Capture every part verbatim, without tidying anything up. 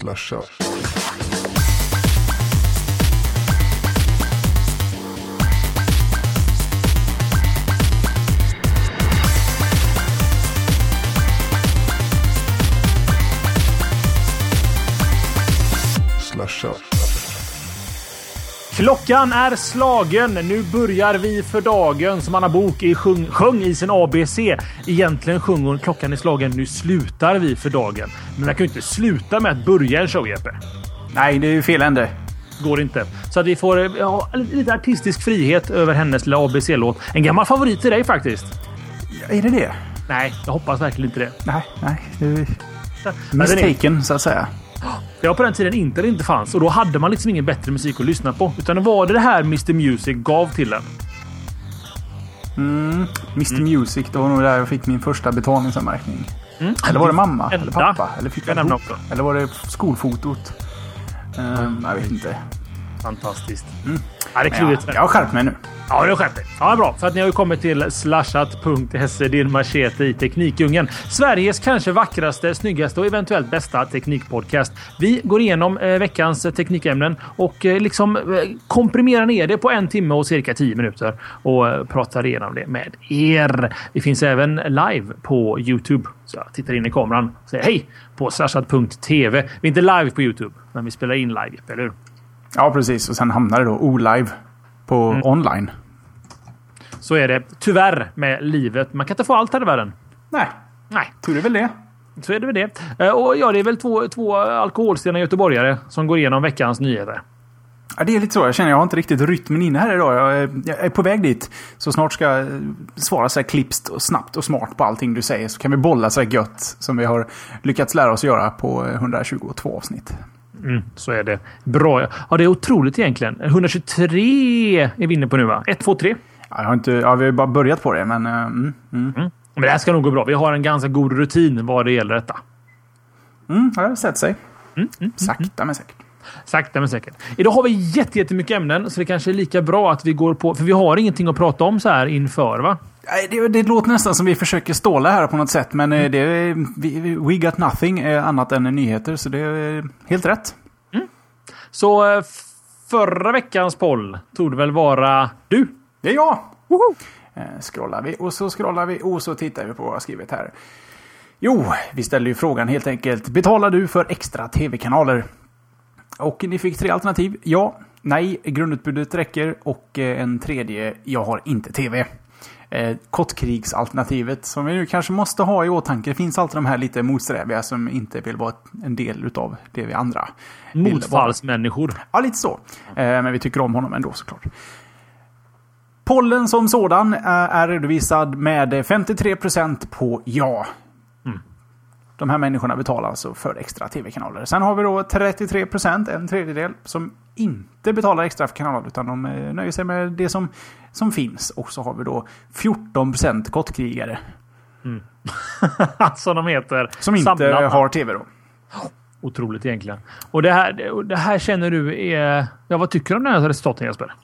Slasha. Slasha. Klockan är slagen. Nu börjar vi för dagen. Som Anna Bok i sjung, sjung i sin A B C. Egentligen sjunger hon klockan är slagen. Nu slutar vi för dagen. Men man kan ju inte sluta med att börja en show, Jeppe. Nej, det är ju fel ände. Går inte. Så att vi får ja, lite artistisk frihet över hennes lilla A B C-låt. En gammal favorit till dig faktiskt. Är det det? Nej, jag hoppas verkligen inte det. Nej, nej. Det är mistaken, så att säga. Det var på den tiden inte det inte fanns. Och då hade man liksom ingen bättre musik att lyssna på. Utan det var det, det här mister Music gav till en. Mm, mister Mm. Music, då var nog där jag fick min första betalningsanmärkning. Mm. Eller var det mamma? Ända. Eller pappa? Eller, fick jag jag också. Eller var det skolfotot? Um, jag vet inte. Fantastiskt. Mm. Ja, det är klurigt. Jag, jag har skärpt mig nu. Ja, det har skärpt mig. Ja, bra. För att ni har ju kommit till slashat punkt se, din machete i Teknikdjungeln. Sveriges kanske vackraste, snyggaste och eventuellt bästa teknikpodcast. Vi går igenom eh, veckans teknikämnen och eh, liksom eh, komprimerar ner det på en timme och cirka tio minuter och eh, pratar igenom det med er. Vi finns även live på YouTube. Så jag tittar in i kameran och säger hej på slashat punkt tv. Vi är inte live på YouTube, men vi spelar in live, eller hur? Ja, precis. Och sen hamnar det då o-live på mm. online. Så är det tyvärr med livet. Man kan inte få allt här i världen. Nej. Nej. Tror det väl det. Så är det väl det. Och ja, det är väl två, två alkoholsena göteborgare som går igenom veckans nyheter. Ja, det är lite så. Jag känner jag har inte riktigt rytmen inne här idag. Jag är, jag är på väg dit. Så snart ska jag svara så här klippst och snabbt och smart på allting du säger. Så kan vi bolla så här gött som vi har lyckats lära oss göra på hundratjugotvå avsnitt. Mm, så är det. Bra. Ja, det är otroligt egentligen. hundratjugotre är vi inne på nu, va? ett, två, tre. Ja, jag har inte, ja, vi har bara börjat på det, men... Uh, mm, mm. Mm. Men det här ska nog gå bra. Vi har en ganska god rutin vad det gäller detta. Mm, det har sett sig. Mm, mm, Sakta mm. men säkert. Sakta men säkert. Idag har vi jätte, jättemycket ämnen, så det kanske är lika bra att vi går på... För vi har ingenting att prata om så här inför, va? Nej, det, det låter nästan som vi försöker ståla här på något sätt, men mm. det, we, we got nothing annat än nyheter, så det är helt rätt. Mm. Så förra veckans poll tog det väl vara du? Det är jag! Woho! Eh, scrollar vi och så scrollar vi och så tittar vi på vad jag har skrivit här. Jo, vi ställer ju frågan helt enkelt. Betalar du för extra tv-kanaler? Och ni fick tre alternativ. Ja, nej, grundutbudet räcker och eh, en tredje, jag har inte tv. Eh, kortkrigsalternativet som vi nu kanske måste ha i åtanke. Det finns alltid de här lite motsträviga som inte vill vara en del utav det vi andra. Motfallsmänniskor. Ja, lite så. Eh, men vi tycker om honom ändå såklart. Pollen som sådan är redovisad med femtiotre procent på ja. Mm. De här människorna betalar alltså för extra tv-kanaler. Sen har vi då trettiotre procent, en tredjedel, som inte betalar extra för kanaler utan de nöjer sig med det som, som finns. Och så har vi då fjorton procent kortkrigare. Mm. Som de heter. Som inte samlarna. Har tv då. Otroligt egentligen. Och det här, det här känner du är... Ja, vad tycker du om den här resultaten, Jesper?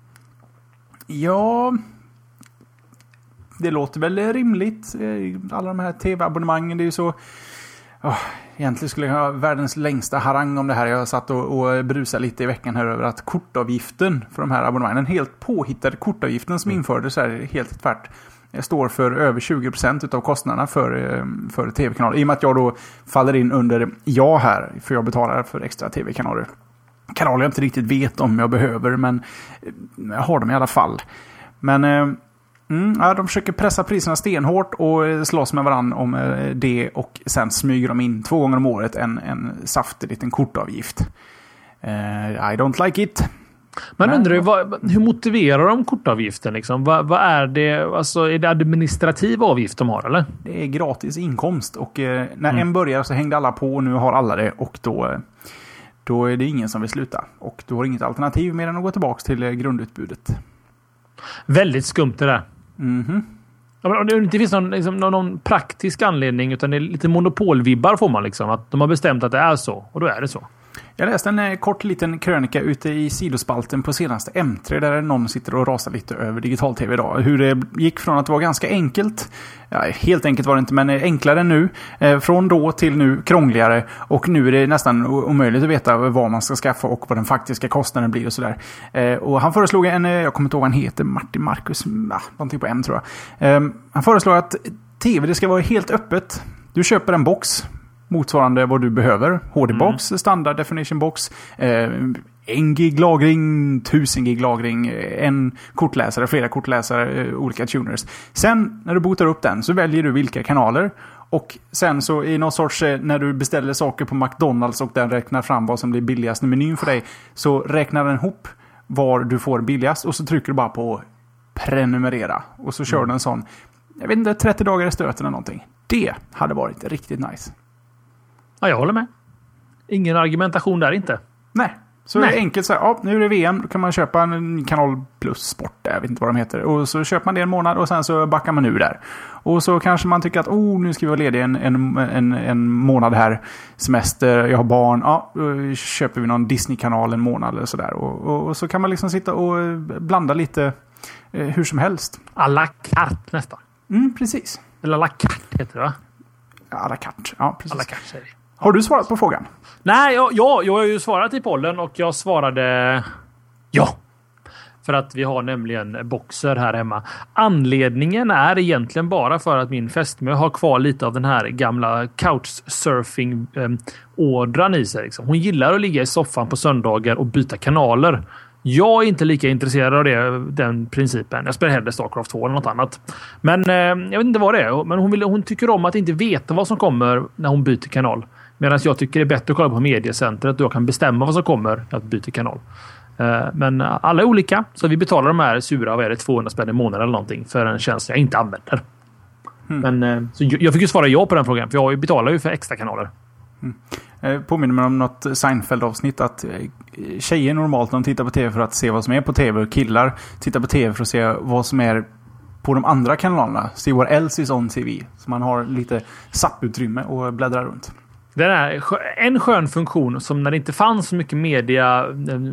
Ja, det låter väl rimligt. Alla de här tv-abonnemangen, det är ju så... Oh, egentligen skulle jag ha världens längsta harang om det här. Jag har satt och, och brusat lite i veckan här över att kortavgiften för de här abonnemangen, den helt påhittade kortavgiften som mm. infördes här helt tvärt, står för över tjugo procent av kostnaderna för, för tv-kanaler. I och med att jag då faller in under ja här, för jag betalar för extra tv-kanaler. Kanaler jag inte riktigt vet om jag behöver, men jag har dem i alla fall. Men mm, ja, de försöker pressa priserna stenhårt och slåss med varandra om det, och sen smyger de in två gånger om året en, en saftig liten kortavgift. Uh, I don't like it. Men undrar vad, hur motiverar de kortavgiften? Liksom? Vad, vad är det? Alltså, är det administrativ avgift de har, eller? Det är gratis inkomst, och eh, när mm. en börjar så hängde alla på, och nu har alla det, och då... Då är det ingen som vill sluta. Och du har inget alternativ mer än att gå tillbaka till grundutbudet. Väldigt skumt det där. Mhm. Ja, det inte finns någon, liksom, någon praktisk anledning, utan det är lite monopolvibbar får man liksom. Att de har bestämt att det är så, och då är det så. Jag läste en eh, kort liten krönika ute i sidospalten på senaste M tre där någon sitter och rasar lite över digital-tv idag. Hur det gick från att vara ganska enkelt, ja, helt enkelt var det inte, men enklare nu, eh, från då till nu krångligare, och nu är det nästan omöjligt att veta vad man ska skaffa och vad den faktiska kostnaden blir och sådär. Eh, och han föreslog en, jag kommer inte ihåg vad han heter, Martin Marcus, ja, någonting på M tror jag. Eh, han föreslår att tv, det ska vara helt öppet. Du köper en box motsvarande vad du behöver. H D-box, mm. standard definition box, eh, en gig lagring, tusen gig lagring, en kortläsare, flera kortläsare, eh, olika tuners. Sen när du botar upp den så väljer du vilka kanaler, och sen så i någon sorts, eh, när du beställer saker på McDonalds och den räknar fram vad som blir billigast i menyn för dig, så räknar den ihop var du får billigast, och så trycker du bara på prenumerera, och så kör mm. den en sån, jag vet inte, trettio dagar i stöten eller någonting. Det hade varit riktigt nice. Ja, jag håller med. Ingen argumentation där inte. Nej, så Nej. är det enkelt så här, ja, nu är det V M, då kan man köpa en kanal plus sport, jag vet inte vad de heter, och så köper man det en månad och sen så backar man ur där. Och så kanske man tycker att, oh, nu ska vi vara lediga en, en, en, en månad här, semester, jag har barn, ja, då köper vi någon Disney-kanal en månad eller sådär. Och, och, och så kan man liksom sitta och blanda lite eh, hur som helst. À la carte nästan. Mm, precis. Eller à la carte heter det, va? À la carte, ja, precis. À la carte, säger vi. Har du svarat på frågan? Nej, ja, ja, jag har ju svarat i pollen och jag svarade ja. För att vi har nämligen boxer här hemma. Anledningen är egentligen bara för att min fästmö har kvar lite av den här gamla couchsurfing-ådran i sig. Liksom. Hon gillar att ligga i soffan på söndagar och byta kanaler. Jag är inte lika intresserad av det, den principen. Jag spelar hellre StarCraft två eller något annat. Men eh, jag vet inte vad det är. Men hon, vill, hon tycker om att inte veta vad som kommer när hon byter kanal. Medan jag tycker det är bättre att kolla på mediecentret och jag kan bestämma vad som kommer när jag byter kanal. Eh, men alla är olika. Så vi betalar de här sura, vad är det, tvåhundra spänn i månaden eller någonting för en tjänst jag inte använder. Mm. Men eh, så jag fick ju svara ja på den frågan. För jag betalar ju för extra kanaler. Mm. Jag påminner mig om något Seinfeld-avsnitt att tjejer normalt när de tittar på tv för att se vad som är på tv, och killar tittar på tv för att se vad som är på de andra kanalerna. See what else is on T V. Så man har lite zapputrymme och bläddrar runt. Det är en skön funktion som när det inte fanns så mycket media,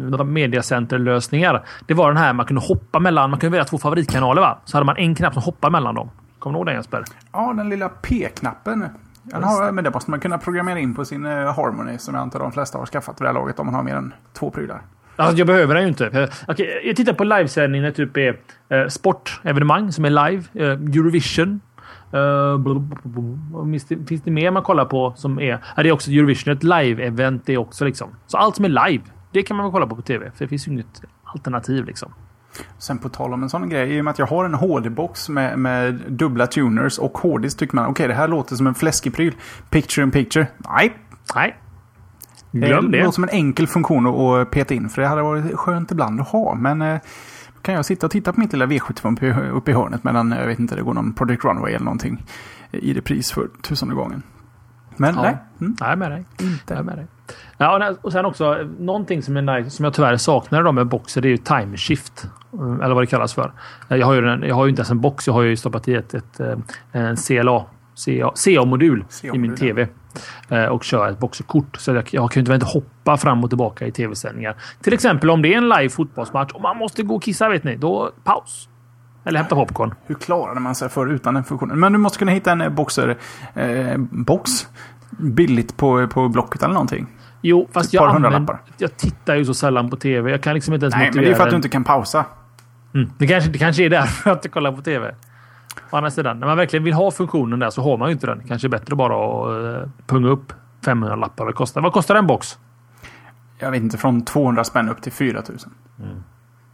mediacenterlösningar. Det var den här man kunde hoppa mellan. Man kunde välja två favoritkanaler, va? Så hade man en knapp som hoppar mellan dem. Kommer du ihåg den, Jesper? Ja, den lilla P-knappen. Ja, men det måste man kunna programmera in på sin uh, Harmony, som jag antar de flesta har skaffat för det här laget om man har mer än två prylar. Alltså, jag behöver den ju inte. Okay, jag tittar på livesändning när typ är uh, sportevenemang som är live. Uh, Eurovision. Uh, blablabla. Finns det mer man kollar på som är... Ja, det är också Eurovision, ett live-event det är också liksom. Så allt som är live, det kan man väl kolla på på tv. För det finns ju inget alternativ liksom. Sen på tal om en sån grej, i och med att jag har en H D-box med, med dubbla tuners och H D, så tycker man, okej, okay, det här låter som en fläskig pryl. Picture in picture. Nej. Nej. Glöm det. Det låter som en enkel funktion att peta in, för det hade varit skönt ibland att ha. Men eh, kan jag sitta och titta på mitt lilla V sjuttiofem uppe, uppe i hörnet medan, jag vet inte, det går någon Project Runway eller någonting i det pris för tusende gången. Men ja. nej. Mm. Nej, med dig. Inte. Nej, med dig. Ja, och sen också någonting som är nice, som jag tyvärr saknar då med boxer, det är ju time shift, eller vad det kallas för. Jag har ju, en, jag har ju inte ens en box, jag har ju stoppat i ett, ett, en C L A C A-modul i min tv och kör ett boxerkort, så jag, jag kan ju inte, inte hoppa fram och tillbaka i tv-sändningar. Till exempel om det är en live fotbollsmatch och man måste gå och kissa, vet ni, då paus. Eller hämta popcorn. Hur klarade man sig för utan den funktionen? Men du måste kunna hitta en boxer eh, box billigt på, på Blocket eller någonting. Jo, fast jag, använder, jag tittar ju så sällan på tv. Jag kan liksom inte ens Nej, motivera. Men det är för att du inte kan pausa. Mm. Det, kanske, det kanske är därför att jag kollar på tv. Å andra sidan, när man verkligen vill ha funktionen där så har man ju inte den. Kanske är bättre bara att uh, punga upp femhundra lappar. Vad kostar, vad kostar en box? Jag vet inte, från tvåhundra spänn upp till fyra tusen. Mm.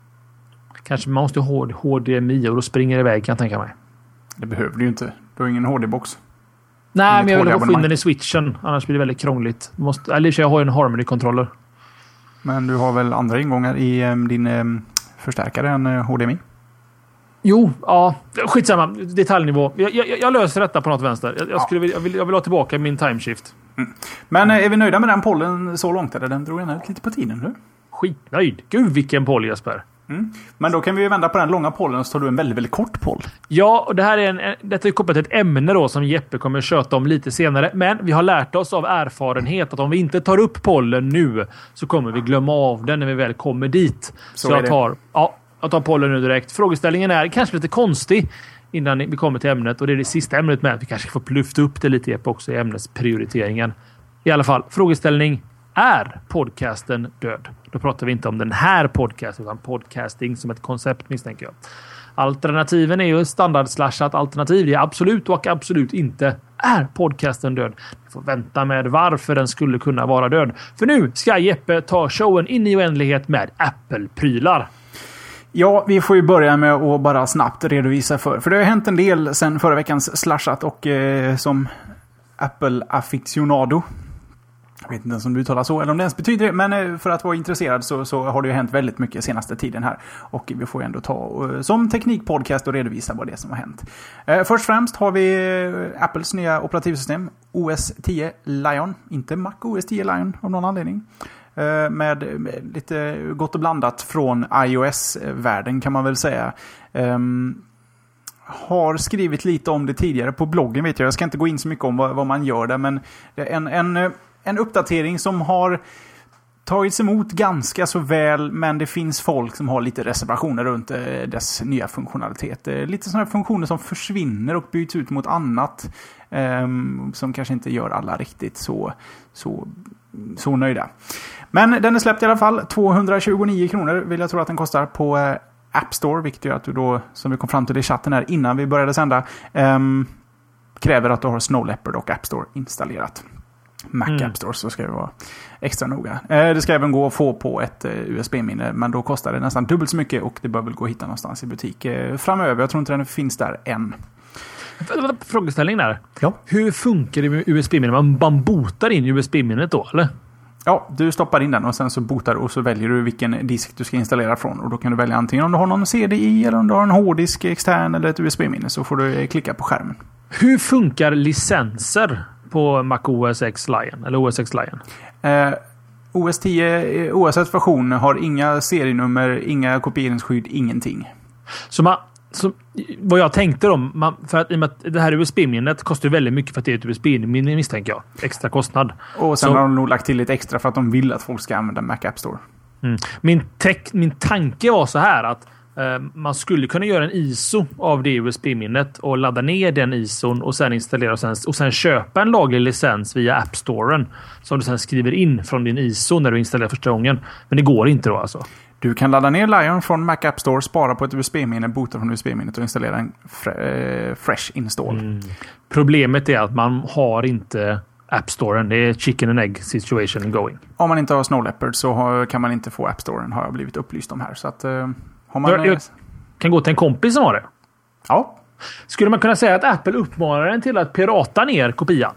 Kanske man måste ha H D M I och då springer det iväg, kan jag tänka mig. Det behöver du ju inte. Du har ingen H D-box. Nej, men jag vill ha skillnaden i switchen. Annars blir det väldigt krångligt. Måste, eller jag har ju en Harmony-kontroller. Men du har väl andra ingångar i um, din um, förstärkare än uh, H D M I? Jo, ja. Skitsamma. Detaljnivå. Jag, jag, jag löser detta på något vänster. Jag, jag, skulle, jag, vill, jag vill ha tillbaka min timeshift. Mm. Men är vi nöjda med den pollen så långt? Eller den drog jag ut lite på tiden nu? Skitnöjd. Gud, vilken poll, Jesper. Mm. Men då kan vi ju vända på den långa pollen och så tar du en väldigt, väldigt kort poll. Ja, och det här är en, detta är kopplat till ett ämne då som Jeppe kommer köta om lite senare. Men vi har lärt oss av erfarenhet att om vi inte tar upp pollen nu så kommer vi glömma av den när vi väl kommer dit. Så, så jag, tar, ja, jag tar pollen nu direkt. Frågeställningen är kanske lite konstig innan vi kommer till ämnet. Och det är det sista ämnet med att vi kanske får lyfta upp det lite Jeppe också i ämnesprioriteringen. I alla fall, frågeställning: är podcasten död? Då pratar vi inte om den här podcasten utan podcasting som ett koncept, misstänker jag. Alternativen är ju standardslashat alternativ. Det är absolut och absolut inte. Är podcasten död? Vi får vänta med varför den skulle kunna vara död. För nu ska Jeppe ta showen in i oändlighet med Apple-prylar. Ja, vi får ju börja med att bara snabbt redovisa för. För det har hänt en del sedan förra veckans slashat och eh, som Apple-aficionado. Jag vet inte ens om du uttalar så eller om det ens betyder det. Men för att vara intresserad så, så har det ju hänt väldigt mycket senaste tiden här. Och vi får ju ändå ta som teknikpodcast och redovisa vad det är som har hänt. Eh, först främst har vi Apples nya operativsystem O S tio Lion. Inte Mac O S tio Lion av någon anledning. Eh, med, med lite gott och blandat från iOS-världen kan man väl säga. Eh, har skrivit lite om det tidigare på bloggen, vet jag. Jag ska inte gå in så mycket om vad, vad man gör där. Men en... en En uppdatering som har tagits emot ganska så väl, men det finns folk som har lite reservationer runt dess nya funktionalitet. Lite sådana funktioner som försvinner och byts ut mot annat um, som kanske inte gör alla riktigt så, så, så nöjda. Men den är släppt i alla fall. tvåhundratjugonio kronor vill jag tro att den kostar på uh, App Store, vilket gör att du då, som vi kom fram till i chatten här innan vi började sända, um, kräver att du har Snow Leopard och App Store installerat. Mac mm. App Store, så ska det vara extra noga. Eh, det ska även gå att få på ett eh, U S B-minne, men då kostar det nästan dubbelt så mycket och det bör väl gå att hitta någonstans i butik eh, framöver. Jag tror inte den finns där än. Frågeställning där. Ja. Hur funkar det med U S B-minne? Man, man botar in U S B-minnet då, eller? Ja, du stoppar in den och sen så botar du och så väljer du vilken disk du ska installera från. Och då kan du välja antingen om du har någon C D I eller om du har en hårddisk extern eller ett U S B-minne, så får du klicka på skärmen. Hur funkar licenser på Mac O S X Lion eller O S X Lion? Eh, O S tio, oavsett version, har inga serienummer, inga kopieringsskydd, ingenting. Så, man, så vad jag tänkte om, man, för att, i och med att det här U S B-minnet kostar väldigt mycket för att det är ett U S B-minne, misstänker jag. Extra kostnad. Och sen så, har de nog lagt till lite extra för att de vill att folk ska använda Mac App Store. Mm. Min, tek, min tanke var så här att man skulle kunna göra en I S O av det U S B-minnet och ladda ner den I S O:n och sen installera och sen, och sen köpa en laglig licens via App Storen som du sen skriver in från din I S O när du installerar första gången. Men det går inte då alltså. Du kan ladda ner Lion från Mac App Store, spara på ett U S B-minne, boota från U S B-minnet och installera en fre- fresh install. Mm. Problemet är att man har inte App Storen. Det är chicken and egg situation going. Om man inte har Snow Leopard så har, kan man inte få App Storen, har jag blivit upplyst om här. Så att... Uh, Man, jag kan gå till en kompis som har det. Ja. Skulle man kunna säga att Apple uppmanar den till att pirata ner kopian?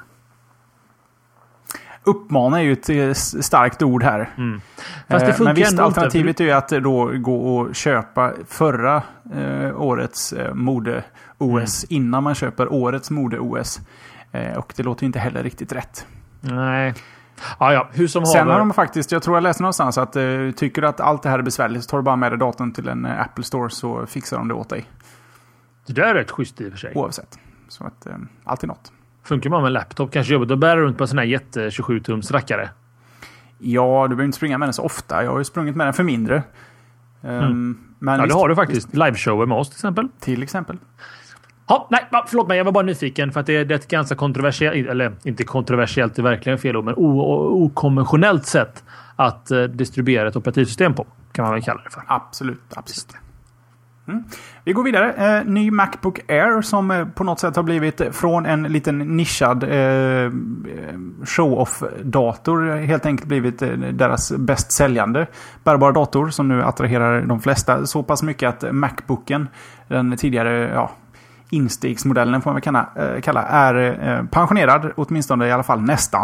Uppmana är ju ett starkt ord här. Mm. Fast det Men visst, alternativet inte. är ju att då gå och köpa förra eh, årets eh, mode-O S mm. innan man köper årets mode-O S. Eh, och det låter ju inte heller riktigt rätt. Nej. Ah, ja. Hur som Sen har har de faktiskt, jag tror jag läste någonstans att uh, tycker du att allt det här är besvärligt så tar du bara med dig datorn till en uh, Apple Store så fixar de det åt dig. Det där är rätt schysst i och för sig. Oavsett. Så att uh, allt är något. Funkar man med en laptop kanske jobbet och bära runt på en sån här jätte tjugosju tums rackare? Ja, du behöver inte springa med den så ofta. Jag har ju sprungit med den för mindre. Um, mm. men ja, visst, det har du faktiskt. Liveshower med oss till exempel. Till exempel. Ja, nej, förlåt mig, jag var bara nyfiken för att det är ett ganska kontroversiellt, eller inte kontroversiellt, det är verkligen fel ord, men okonventionellt sätt att uh, distribuera ett operativsystem på, kan man väl kalla det för. Absolut, absolut. Mm. Vi går vidare. Eh, ny MacBook Air som eh, på något sätt har blivit från en liten nischad eh, show-off-dator helt enkelt blivit eh, deras bäst säljande bärbara dator som nu attraherar de flesta så pass mycket att MacBooken, den tidigare ja, instegsmodellen får man kalla, äh, kalla är äh, pensionerad, åtminstone i alla fall nästan.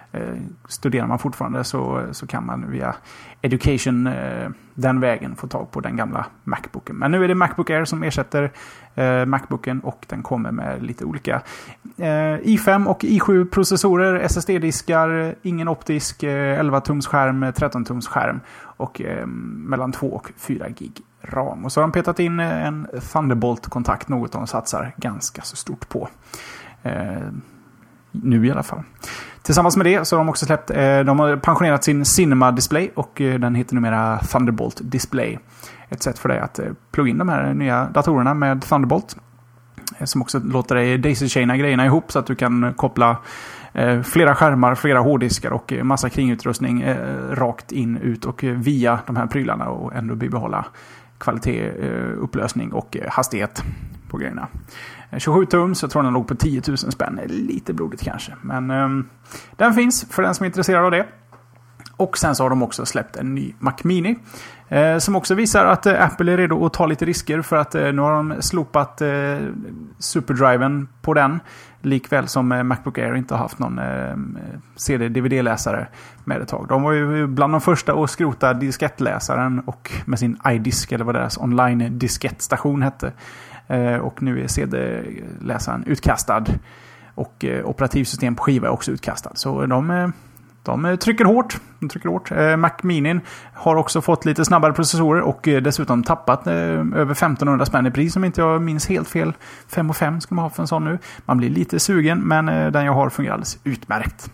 eh, studerar man fortfarande så, så kan man via Education eh, den vägen få tag på den gamla MacBooken. Men nu är det Macbook Air som ersätter eh, Macbooken och den kommer med lite olika eh, i fem och i sju processorer, S S D-diskar, ingen optisk, eh, elva tums skärm, tretton tums skärm och eh, mellan två och fyra gig ram. Och så har de petat in en Thunderbolt-kontakt, något de satsar ganska så stort på. Eh, nu i alla fall. Tillsammans med det så har de också släppt, eh, de har pensionerat sin Cinema Display och eh, den heter numera Thunderbolt Display. Ett sätt för dig att eh, plugga in de här nya datorerna med Thunderbolt. Eh, som också låter dig daisy-chaina grejerna ihop så att du kan koppla eh, flera skärmar, flera hårddiskar och eh, massa kringutrustning eh, rakt in, ut och eh, via de här prylarna och ändå bibehålla kvalitet, eh, upplösning och eh, hastighet på grejerna. tjugosju tums, jag tror den låg på tio tusen spänn. Lite blodigt kanske. Men um, den finns för den som är intresserad av det. Och sen så har de också släppt en ny Mac Mini. Eh, som också visar att eh, Apple är redo att ta lite risker. För att eh, nu har de slopat eh, SuperDriven på den. Likväl som eh, Macbook Air inte har haft någon eh, C D-D V D-läsare med ett tag. De var ju bland de första att skrota diskettläsaren och med sin iDisk, eller vad deras online-diskettstation hette. Och nu är C D-läsaren utkastad. Och operativsystem på skiva är också utkastad. Så de, de trycker hårt. De trycker hårt. Mac Mini har också fått lite snabbare processorer. Och dessutom tappat över femtonhundra spänn i pris. Om inte jag minns helt fel. fem och fem ska man ha för en sån nu. Man blir lite sugen. Men den jag har fungerar alldeles utmärkt.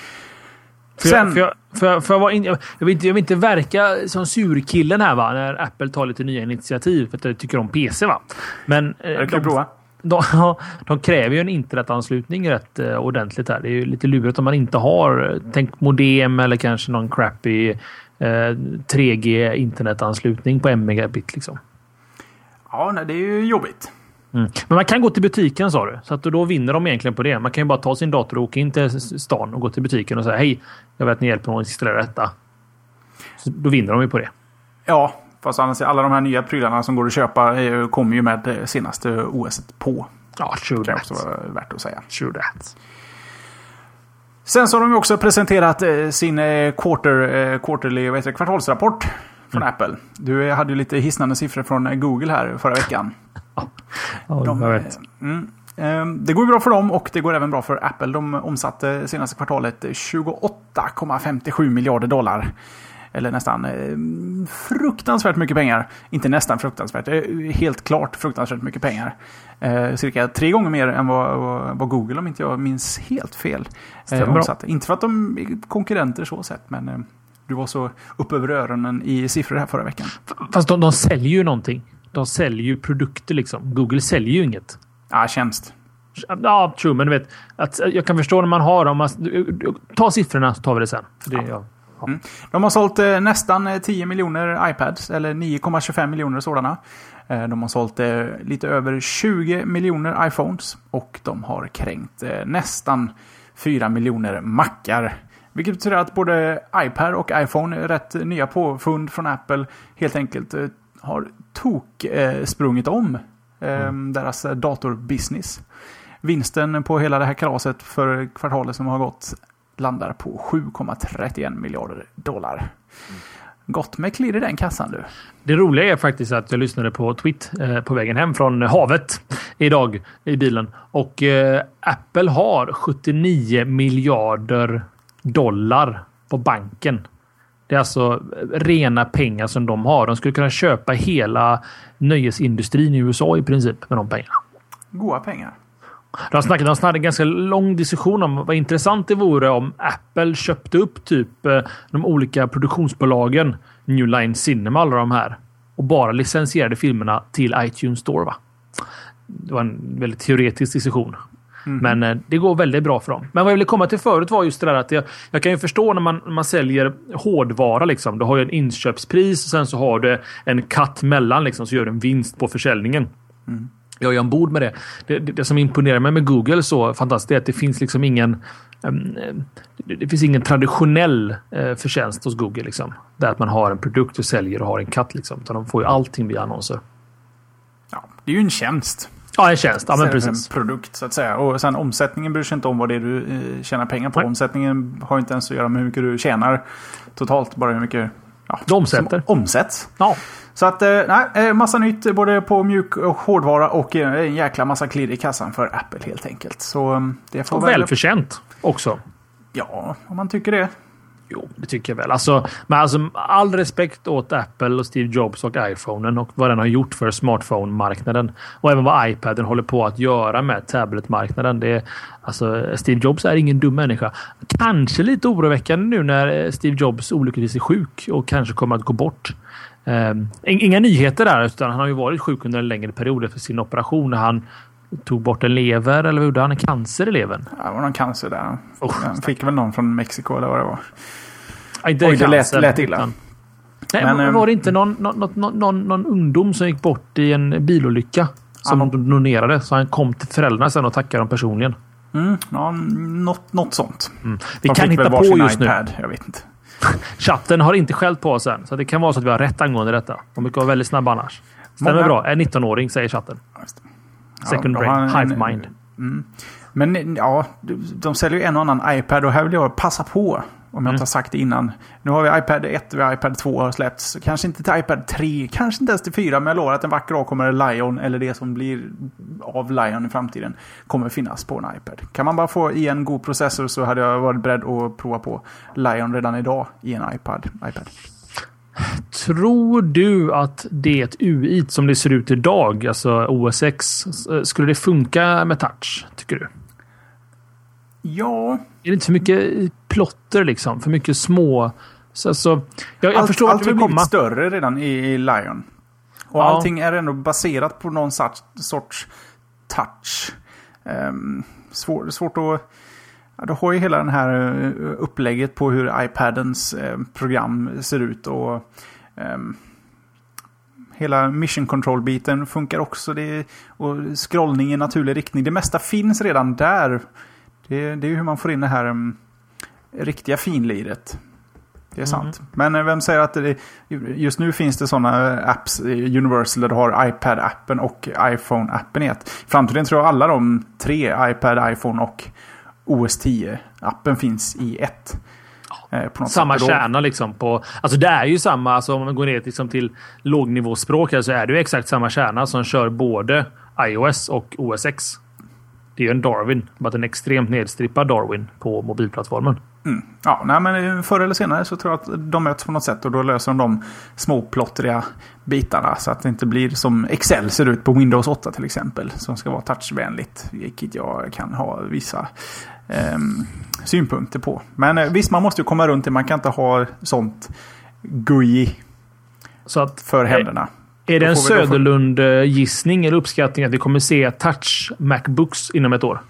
För jag, för jag, för jag, för jag, var in, jag, vill inte, jag vill inte verka som surkillen här, va, när Apple tar lite nya initiativ för att jag tycker om P C, va. Men de, de, de, de kräver ju en internetanslutning rätt uh, ordentligt här. Det är ju lite lurigt om man inte har, tänk modem eller kanske någon crappy uh, tre G internetanslutning på en megabit liksom. Ja, nej, det är ju jobbigt. Mm. Men man kan gå till butiken, sa du. Så att då vinner de egentligen på det. Man kan ju bara ta sin dator och åka in till stan och gå till butiken och säga hej, jag vet att ni hjälper mig att installera detta. Så då vinner de ju på det. Ja, fast annars alla de här nya prylarna som går att köpa kommer ju med senaste O S på. Ja, true that. Det är också värt att säga. True that. Sen så har de också presenterat sin quarter, quarterly, vad heter det, kvartalsrapport från mm. Apple. Du hade ju lite hisnande siffror från Google här förra veckan. Ja, de, jag vet. Mm, det går bra för dem och det går även bra för Apple. De omsatte senaste kvartalet tjugoåtta komma femtiosju miljarder dollar. Eller nästan eh, fruktansvärt mycket pengar. Inte nästan fruktansvärt, helt klart fruktansvärt mycket pengar. Eh, cirka tre gånger mer än vad, vad, vad Google, om inte jag minns helt fel, eh, omsatte. Inte för att de är konkurrenter så sett, men eh, du var så upp över öronen i siffror här förra veckan. Fast de, de säljer ju någonting. De säljer ju produkter liksom. Google säljer ju inget. Ja, tjänst. Ja, true, men du vet att jag kan förstå när man har dem. Ta siffrorna så tar vi det sen. För det, ja. Ja. Ja. Mm. De har sålt eh, nästan tio miljoner iPads, eller nio komma tjugofem miljoner sådana. Eh, de har sålt eh, lite över tjugo miljoner iPhones och de har kränkt eh, nästan fyra miljoner Macar. Vilket betyder att både iPad och iPhone är rätt nya påfund från Apple. Helt enkelt eh, har tok eh, sprungit om eh, mm. deras datorbusiness. Vinsten på hela det här kalaset för kvartalet som har gått landar på sju komma trettioen miljarder dollar. Mm. Gott med klirr i den kassan, du. Det roliga är faktiskt att jag lyssnade på Tweet eh, på vägen hem från havet idag i bilen. Och eh, Apple har sjuttionio miljarder dollar på banken. Det är alltså rena pengar som de har. De skulle kunna köpa hela nöjesindustrin i U S A i princip med de pengarna. Goda pengar. De snackade, de snackade en ganska lång diskussion om vad intressant det vore om Apple köpte upp typ de olika produktionsbolagen, New Line Cinema, alla de här, och bara licensierade filmerna till iTunes Store, va? Det var en väldigt teoretisk diskussion. Mm. Men det går väldigt bra för dem. Men vad jag ville komma till förut var just det där att jag, jag kan ju förstå när man, man säljer hårdvara liksom. Du har ju en inköpspris och sen så har du en cut mellan liksom, så gör du en vinst på försäljningen. Mm. Jag är ombord med det. Det, det. Det som imponerar mig med Google så fantastiskt är att det finns liksom ingen um, det, det finns ingen traditionell uh, förtjänst hos Google liksom. Där att man har en produkt och säljer och har en cut liksom. Utan de får ju allting via annonser. Ja, det är ju en tjänst. Ja, en tjänst. Ja, men precis. En produkt så att säga. Och sen omsättningen bryr sig inte om vad det är du eh, tjänar pengar på. Nej. Omsättningen har inte ens att göra med hur mycket du tjänar totalt, bara hur mycket ja, du omsätter. Omsätts. Ja. Så att, nej, massa nytt både på mjuk och hårdvara och en jäkla massa klirr i kassan för Apple helt enkelt. Så det får och väl... välförtjänt också. Ja, om man tycker det. Jo, det tycker jag väl. Alltså, men alltså, all respekt åt Apple och Steve Jobs och iPhonen och vad den har gjort för smartphone-marknaden. Och även vad iPaden håller på att göra med tablet-marknaden. Det är, alltså, Steve Jobs är ingen dum människa. Kanske lite oroväckande nu när Steve Jobs olyckligtvis är sjuk och kanske kommer att gå bort. Um, inga nyheter där, utan han har ju varit sjuk under en längre period för sin operation när han tog bort en lever, eller vad gjorde han? En cancer i levern? Ja, det var någon cancer där. Oh, han fick väl någon från Mexiko eller vad det var. Aj, det Oj, det lät, lät illa. Utan, nej, men, var det inte någon, någon, någon, någon, någon ungdom som gick bort i en bilolycka som ja. de donerade, så han kom till föräldrarna sen och tackade dem personligen? Mm, ja, något, något sånt. Mm. Vi de kan hitta på just iPad, nu. Jag vet inte. Chatten har inte skällt på oss än, så det kan vara så att vi har rätt angående detta. De brukar vara väldigt snabba annars. Stämmer Många... bra. En nittonåring, säger chatten. Second ja, brain, hive mind. Mm. Men ja, de säljer ju en och annan iPad och här vill jag passa på, om jag inte har sagt det innan. Nu har vi iPad ett, vi har iPad två har släppts. Kanske inte till iPad tre, kanske inte ens till fyra, men jag lovar att en vacker dag kommer Lion, eller det som blir av Lion i framtiden, kommer finnas på en iPad. Kan man bara få i en god processor så hade jag varit beredd att prova på Lion redan idag i en iPad. iPad. Tror du att det U I som det ser ut idag, alltså O S X, skulle det funka med touch, tycker du? Ja. Är det inte för mycket plotter liksom? För mycket små... Så, alltså, jag, jag allt, förstår allt att du vill har komma. blivit större redan i, i Lion. Och ja. Allting är ändå baserat på någon sorts, sorts touch. Um, svår, svårt att... Ja, du har ju hela den här upplägget på hur iPadens eh, program ser ut och eh, hela mission control-biten funkar också. Det, och scrollning i naturlig riktning. Det mesta finns redan där. Det, det är ju hur man får in det här um, riktiga finliret. Det är sant. Mm. Men vem säger att det, just nu finns det sådana apps i Universal där du har iPad-appen och iPhone-appen i ett. I framtiden tror jag alla de tre, iPad, iPhone och O S tio-appen finns i ett. Eh, på något samma sätt. kärna liksom på... Alltså det är ju samma, alltså om man går ner liksom till lågnivåspråk så är det ju exakt samma kärna som kör både iOS och O S X. Det är ju en Darwin, bara en extremt nedstrippad Darwin på mobilplattformen. Mm. Ja, nej, men förr eller senare så tror jag att de möts på något sätt och då löser de de små plottriga bitarna så att det inte blir som Excel ser ut på Windows åtta till exempel, som ska vara touchvänligt, vilket jag kan ha vissa eh, synpunkter på. Men eh, visst, man måste ju komma runt det, man kan inte ha sånt G U I så att, för händerna. Är det en Söderlund-gissning eller uppskattning att vi kommer se touch MacBooks inom ett år?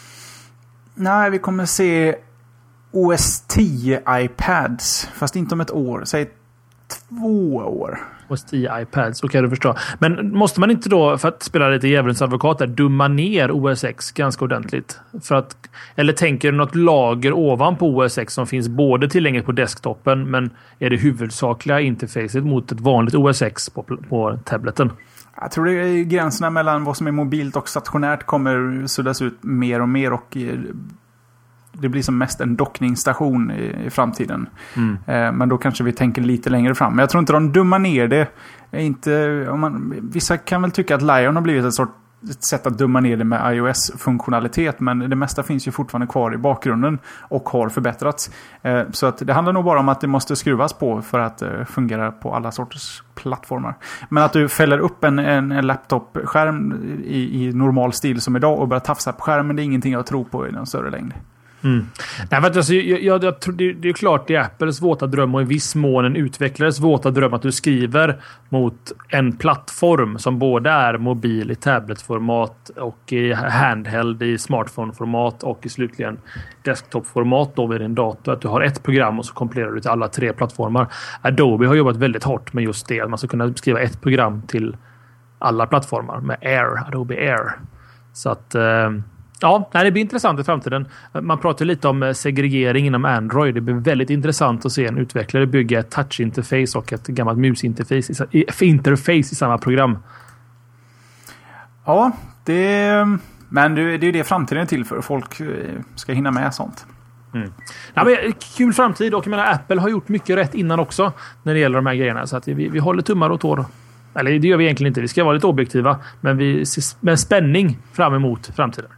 Nej, vi kommer se O S tio iPads, fast inte om ett år. Säg två år. O S tio iPads, okej, okay, du förstår. Men måste man inte då, för att spela lite djävulens advokat där, dumma ner O S X ganska ordentligt? För att, eller tänker du något lager ovanpå O S X som finns både tillgängligt på desktopen, men är det huvudsakliga interfacet mot ett vanligt O S X på, på tableten? Jag tror det är gränserna mellan vad som är mobilt och stationärt kommer suddas ut mer och mer, och det blir som mest en dockningsstation i, i framtiden. Mm. Eh, men då kanske vi tänker lite längre fram. Men jag tror inte de dummar ner det. Är inte, om man, vissa kan väl tycka att Lion har blivit ett sorts ett sätt att dumma ner det med iOS-funktionalitet, men det mesta finns ju fortfarande kvar i bakgrunden och har förbättrats. Eh, så att det handlar nog bara om att det måste skruvas på för att eh, fungera på alla sorters plattformar. Men att du fäller upp en, en, en laptop-skärm i, i normal stil som idag och börjar tafsa på skärmen, det är ingenting jag tror på i någon större längd. Mm. Nej, för att alltså, jag, jag, jag tror det, det är klart det är Apples våta dröm och i viss mån en utvecklares våta dröm att du skriver mot en plattform som både är mobil i tabletformat och i handheld i smartphoneformat och i slutligen desktopformat då vid din dator. Att du har ett program och så kompilerar du till alla tre plattformar. Adobe har jobbat väldigt hårt med just det. Man ska kunna skriva ett program till alla plattformar med Air, Adobe Air. Så att eh, ja, det blir intressant i framtiden. Man pratar lite om segregering inom Android. Det blir väldigt intressant att se en utvecklare bygga ett touch-interface och ett gammalt musinterface i, interface i samma program. Ja, det, men det är ju det framtiden är till för. Folk ska hinna med sånt. Mm. Ja, men, kul framtid, och jag menar, Apple har gjort mycket rätt innan också när det gäller de här grejerna. Så att vi, vi håller tummar och tår. Eller det gör vi egentligen inte. Vi ska vara lite objektiva. Men vi ser med spänning fram emot framtiden.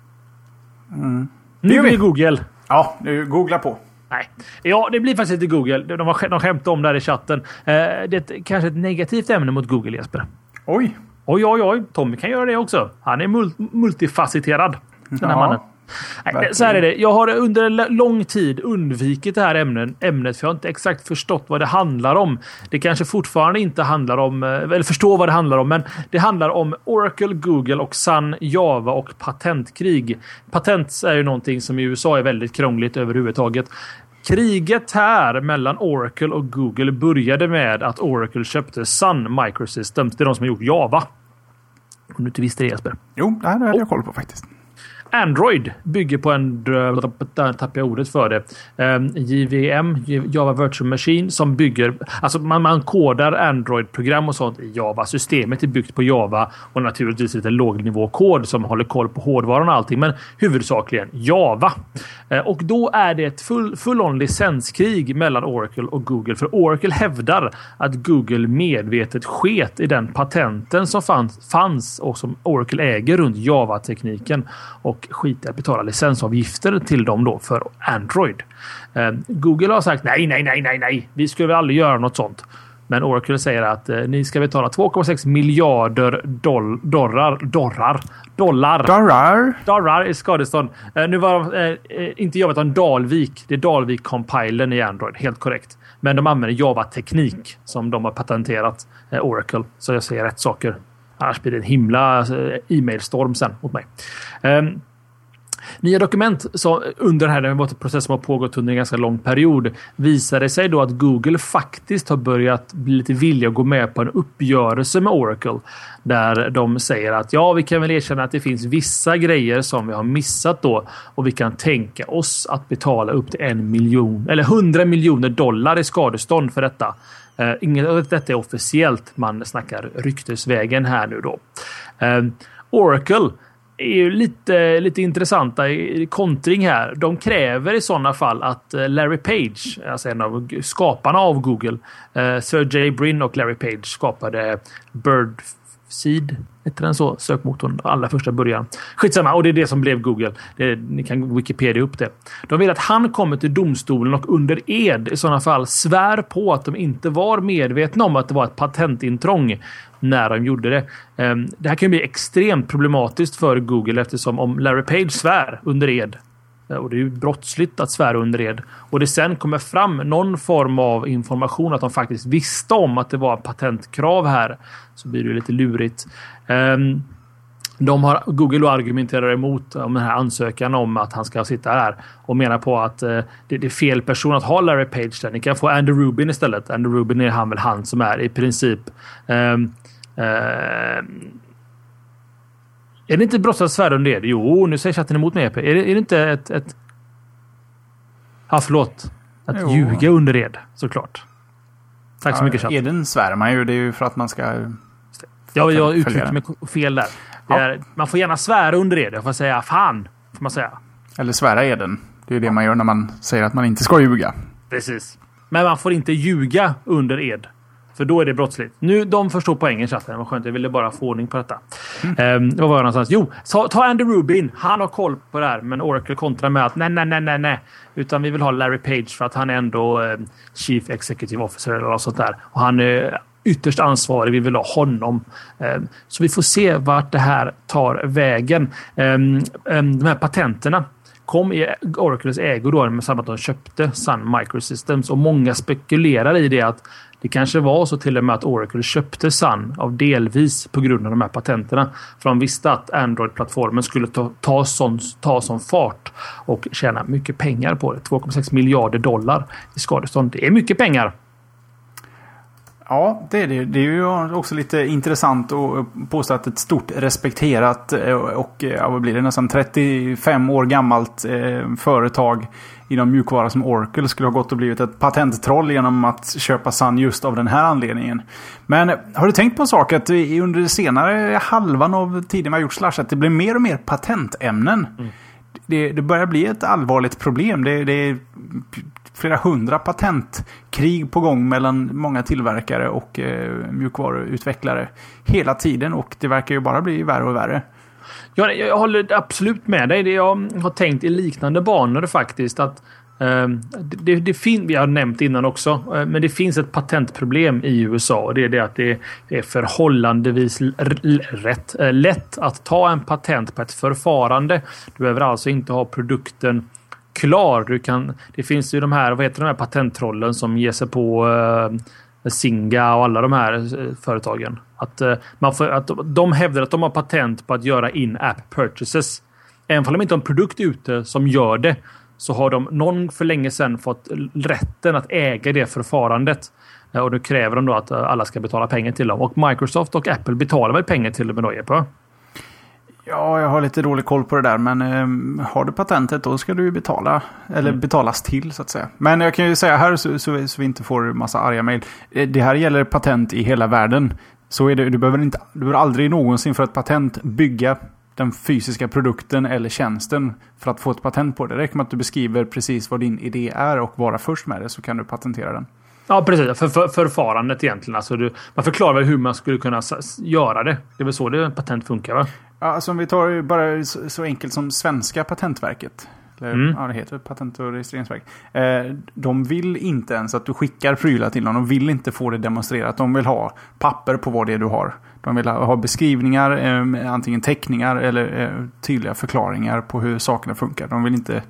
Mm. Nu blir det Google. Ja, nu googla på. Nej. Ja, det blir faktiskt inte Google. De har de skämt om där i chatten. Eh, det är kanske ett negativt ämne mot Google, Jesper. Oj. Oj, oj, oj. Tommy kan göra det också. Han är mul- multifacetterad. Den här ja, mannen. Nej, så här är det. Jag har under lång tid undvikit det här ämnen, ämnet för jag har inte exakt förstått vad det handlar om. Det kanske fortfarande inte handlar om, eller förstår vad det handlar om, men det handlar om Oracle, Google och Sun, Java och patentkrig. Patent är ju någonting som i U S A är väldigt krångligt överhuvudtaget. Kriget här mellan Oracle och Google började med att Oracle köpte Sun Microsystems. Det är de som har gjort Java. Om du inte visste det, Jesper. Jo, det här hade jag koll på faktiskt. Android bygger på en, där tappar jag ordet för det, um, J V M, Java Virtual Machine, som bygger, alltså man, man kodar Android-program och sånt i Java. Systemet är byggt på Java och naturligtvis lite lågnivåkod som håller koll på hårdvaran och allting, men huvudsakligen Java. Uh, och då är det ett full, full-on licenskrig mellan Oracle och Google, för Oracle hävdar att Google medvetet sket i den patenten som fanns, fanns och som Oracle äger runt Java-tekniken och skiter att betala licensavgifter till dem då för Android. Eh, Google har sagt nej, nej, nej, nej, nej. Vi skulle väl aldrig göra något sånt. Men Oracle säger att eh, ni ska betala två komma sex miljarder doll- dollar, dollar, dollar, dollar, dollar i skadestånd. Eh, nu var eh, inte Java utan Dalvik. Det är Dalvik-compilen i Android, helt korrekt. Men de använder Java-teknik som de har patenterat, eh, Oracle. Så jag säger rätt saker. Annars blir det en himla e-mailstorm sen mot mig. Um, nya dokument så under den här processen som har pågått under en ganska lång period visade sig då att Google faktiskt har börjat bli lite villiga att gå med på en uppgörelse med Oracle. Där de säger att ja, vi kan väl erkänna att det finns vissa grejer som vi har missat då och vi kan tänka oss att betala upp till en miljon eller hundra miljoner dollar i skadestånd för detta. Uh, inget av detta är officiellt, man snackar ryktesvägen här nu då. Uh, Oracle är ju lite, lite intressanta i kontring här. De kräver i sådana fall att Larry Page, alltså en av skaparna av Google, uh, Sergey Brin och Larry Page skapade Birdseed, heter den så, sökmotorn, allra första början. Skitsamma, och det är det som blev Google. Det, ni kan Wikipedia upp det. De vill att han kommer till domstolen och under ed i sådana fall svär på att de inte var medvetna om att det var ett patentintrång när de gjorde det. Det här kan bli extremt problematiskt för Google eftersom om Larry Page svär under ed, och det är ju brottsligt att svära under ed, och det sen kommer fram någon form av information att de faktiskt visste om att det var patentkrav här, så blir det lite lurigt. Um, de har, Google argumenterar emot om den här ansökan om att han ska sitta här och menar på att uh, det, det är fel person att ha Larry Page där. Ni kan få Andrew Rubin istället. Andrew Rubin är han väl han som är i princip um, uh, är det inte brottsligt att svära under det? Jo, nu säger chatten emot mig. Är det, är det inte ett... ett... Ja, förlåt. Att jo. ljuga under ed, såklart. Tack så ja, mycket, chatten. Eden svär man ju. Det är ju för att man ska... Ja, jag uttryckte mig fel där. Det är, ja. Man får gärna svära under ed. Jag får säga fan, får man säga. Eller svära eden. Det är ju det man gör när man säger att man inte ska ljuga. Precis. Men man får inte ljuga under ed. För då är det brottsligt. Nu, de förstår poängen, chatten. Vad skönt, jag ville bara få ordning på detta. Mm. Um, vad var jag någonstans? Jo, ta, ta Andrew Rubin. Han har koll på det här. Men Oracle kontrar med att nej, nej, nej, nej, nej. Utan vi vill ha Larry Page för att han är ändå um, Chief Executive Officer eller något sånt där. Och han är ytterst ansvarig. Vi vill ha honom. Um, så vi får se vart det här tar vägen. Um, um, de här patenterna kom i Oracles ägo då med samma att de köpte Sun Microsystems, och många spekulerar i det att det kanske var så till och med att Oracle köpte Sun av delvis på grund av de här patenterna, för de visste att Android-plattformen skulle ta, ta, sån, ta sån fart och tjäna mycket pengar på det. två komma sex miljarder dollar i skadestånd. Det är mycket pengar. Ja, det är det. Det är ju också lite intressant att påstå att ett stort respekterat och ja, vad blir det, nästan trettiofem år gammalt eh, företag inom mjukvara som Oracle skulle ha gått och blivit ett patenttroll genom att köpa Sun just av den här anledningen. Men har du tänkt på en sak att under det senare halvan av tiden man gjort Slash att det blir mer och mer patentämnen? Mm. Det, det börjar bli ett allvarligt problem. Det, det är flera hundra patentkrig på gång mellan många tillverkare och eh, mjukvaruutvecklare hela tiden, och det verkar ju bara bli värre och värre. Ja, jag håller absolut med dig. Jag har tänkt i liknande banor faktiskt att eh, det, det finns, vi har nämnt innan också, eh, men det finns ett patentproblem i U S A, och det är det att det är förhållandevis rätt, eh, lätt att ta en patent på ett förfarande. Du behöver alltså inte ha produkten klar. Du kan, det finns ju de här, vad heter de här patenttrollen som ger sig på uh, Singa och alla de här uh, företagen. Att, uh, man får, att de hävdar att de har patent på att göra in-app purchases. Även om de inte har en produkt ute som gör det, så har de någon för länge sedan fått rätten att äga det förfarandet. Uh, och då kräver de då att uh, alla ska betala pengar till dem. Och Microsoft och Apple betalar väl pengar till dem då, Jeppe? Ja, jag har lite dålig koll på det där, men eh, har du patentet då ska du ju betala, eller mm. betalas till så att säga. Men jag kan ju säga här så, så, så vi inte får massa arga mejl. Det här gäller patent i hela världen. Så är det, du behöver inte, du behöver aldrig någonsin för ett patent bygga den fysiska produkten eller tjänsten för att få ett patent på det. Det räcker med att du beskriver precis vad din idé är och vara först med det, så kan du patentera den. Ja, precis. För, för, förfarandet egentligen. Alltså du, man förklarar väl hur man skulle kunna göra det. Det är väl så det patent funkar, va? Ja, alltså om vi tar bara så, så enkelt som Svenska Patentverket. Eller, mm. Ja, det heter Patent- och registreringsverk. Eh, de vill inte ens att du skickar prylar till dem. De vill inte få det demonstrerat. De vill ha papper på vad det är du har. De vill ha, ha beskrivningar, eh, antingen teckningar eller eh, tydliga förklaringar på hur sakerna funkar. De vill inte,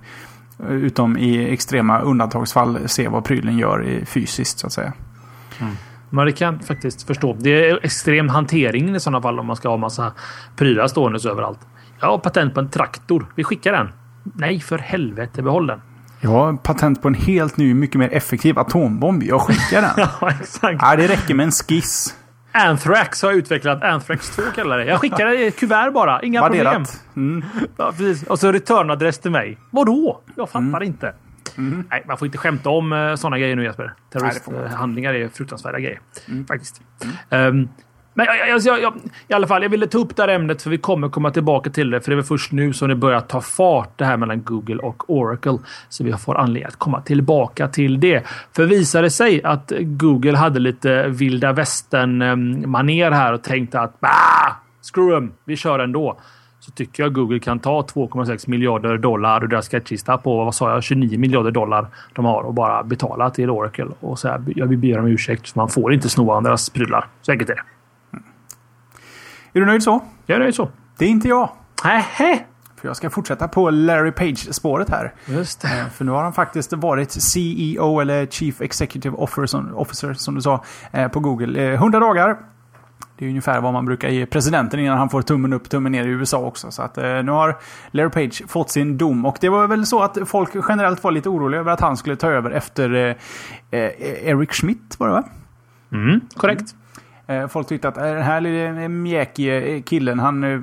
utom i extrema undantagsfall, se vad prylen gör i, fysiskt så att säga. Mm. Men det kan jag faktiskt förstå. Det är extrem hantering i sådana fall om man ska ha massa prylar stående överallt. Jag har patent på en traktor. Vi skickar den. Nej, för helvete, behåll den. Jag har patent på en helt ny, mycket mer effektiv atombomb. Jag skickar den. Ja, exakt. Ja, det räcker med en skiss. Anthrax har utvecklat Anthrax två kallar det. Jag skickar det i kuvert bara. Inga Värderat. problem. Mm. Ja, precis. Och så returnadress till mig. Vadå? Jag fattar mm. inte. Mm. Nej, man får inte skämta om uh, sådana grejer nu, Jesper. Terroristhandlingar är fruktansvärda grejer. Mm. Faktiskt. Mm. Um, men jag, jag, jag, jag, i alla fall, jag ville ta upp det här ämnet för vi kommer komma tillbaka till det. För det är väl först nu som det börjar ta fart det här mellan Google och Oracle. Så vi får anledning att komma tillbaka till det. För visade det sig att Google hade lite vilda västern-maner här och tänkte att bah, screw them, vi kör ändå. Så tycker jag Google kan ta två komma sex miljarder dollar och deras skattkista på, vad sa jag, tjugonio miljarder dollar de har och bara betala till Oracle. Och så här, jag vill be om ursäkt för man får inte sno andras prylar. Så enkelt är det. Mm. Är du nöjd så? Jag är nöjd så. Det är inte jag. Nähä. För jag ska fortsätta på Larry Page-spåret här. Just det. För nu har han faktiskt varit C E O eller Chief Executive Officer som du sa på Google. hundra dagar. Det är ungefär vad man brukar ge presidenten innan han får tummen upp, tummen ner i U S A också. Så att eh, nu har Larry Page fått sin dom. Och det var väl så att folk generellt var lite oroliga över att han skulle ta över efter eh, eh, Eric Schmidt, var det va? Mm, korrekt. Mm. Eh, folk tyckte att eh, den här lille mjäkige killen, han, eh,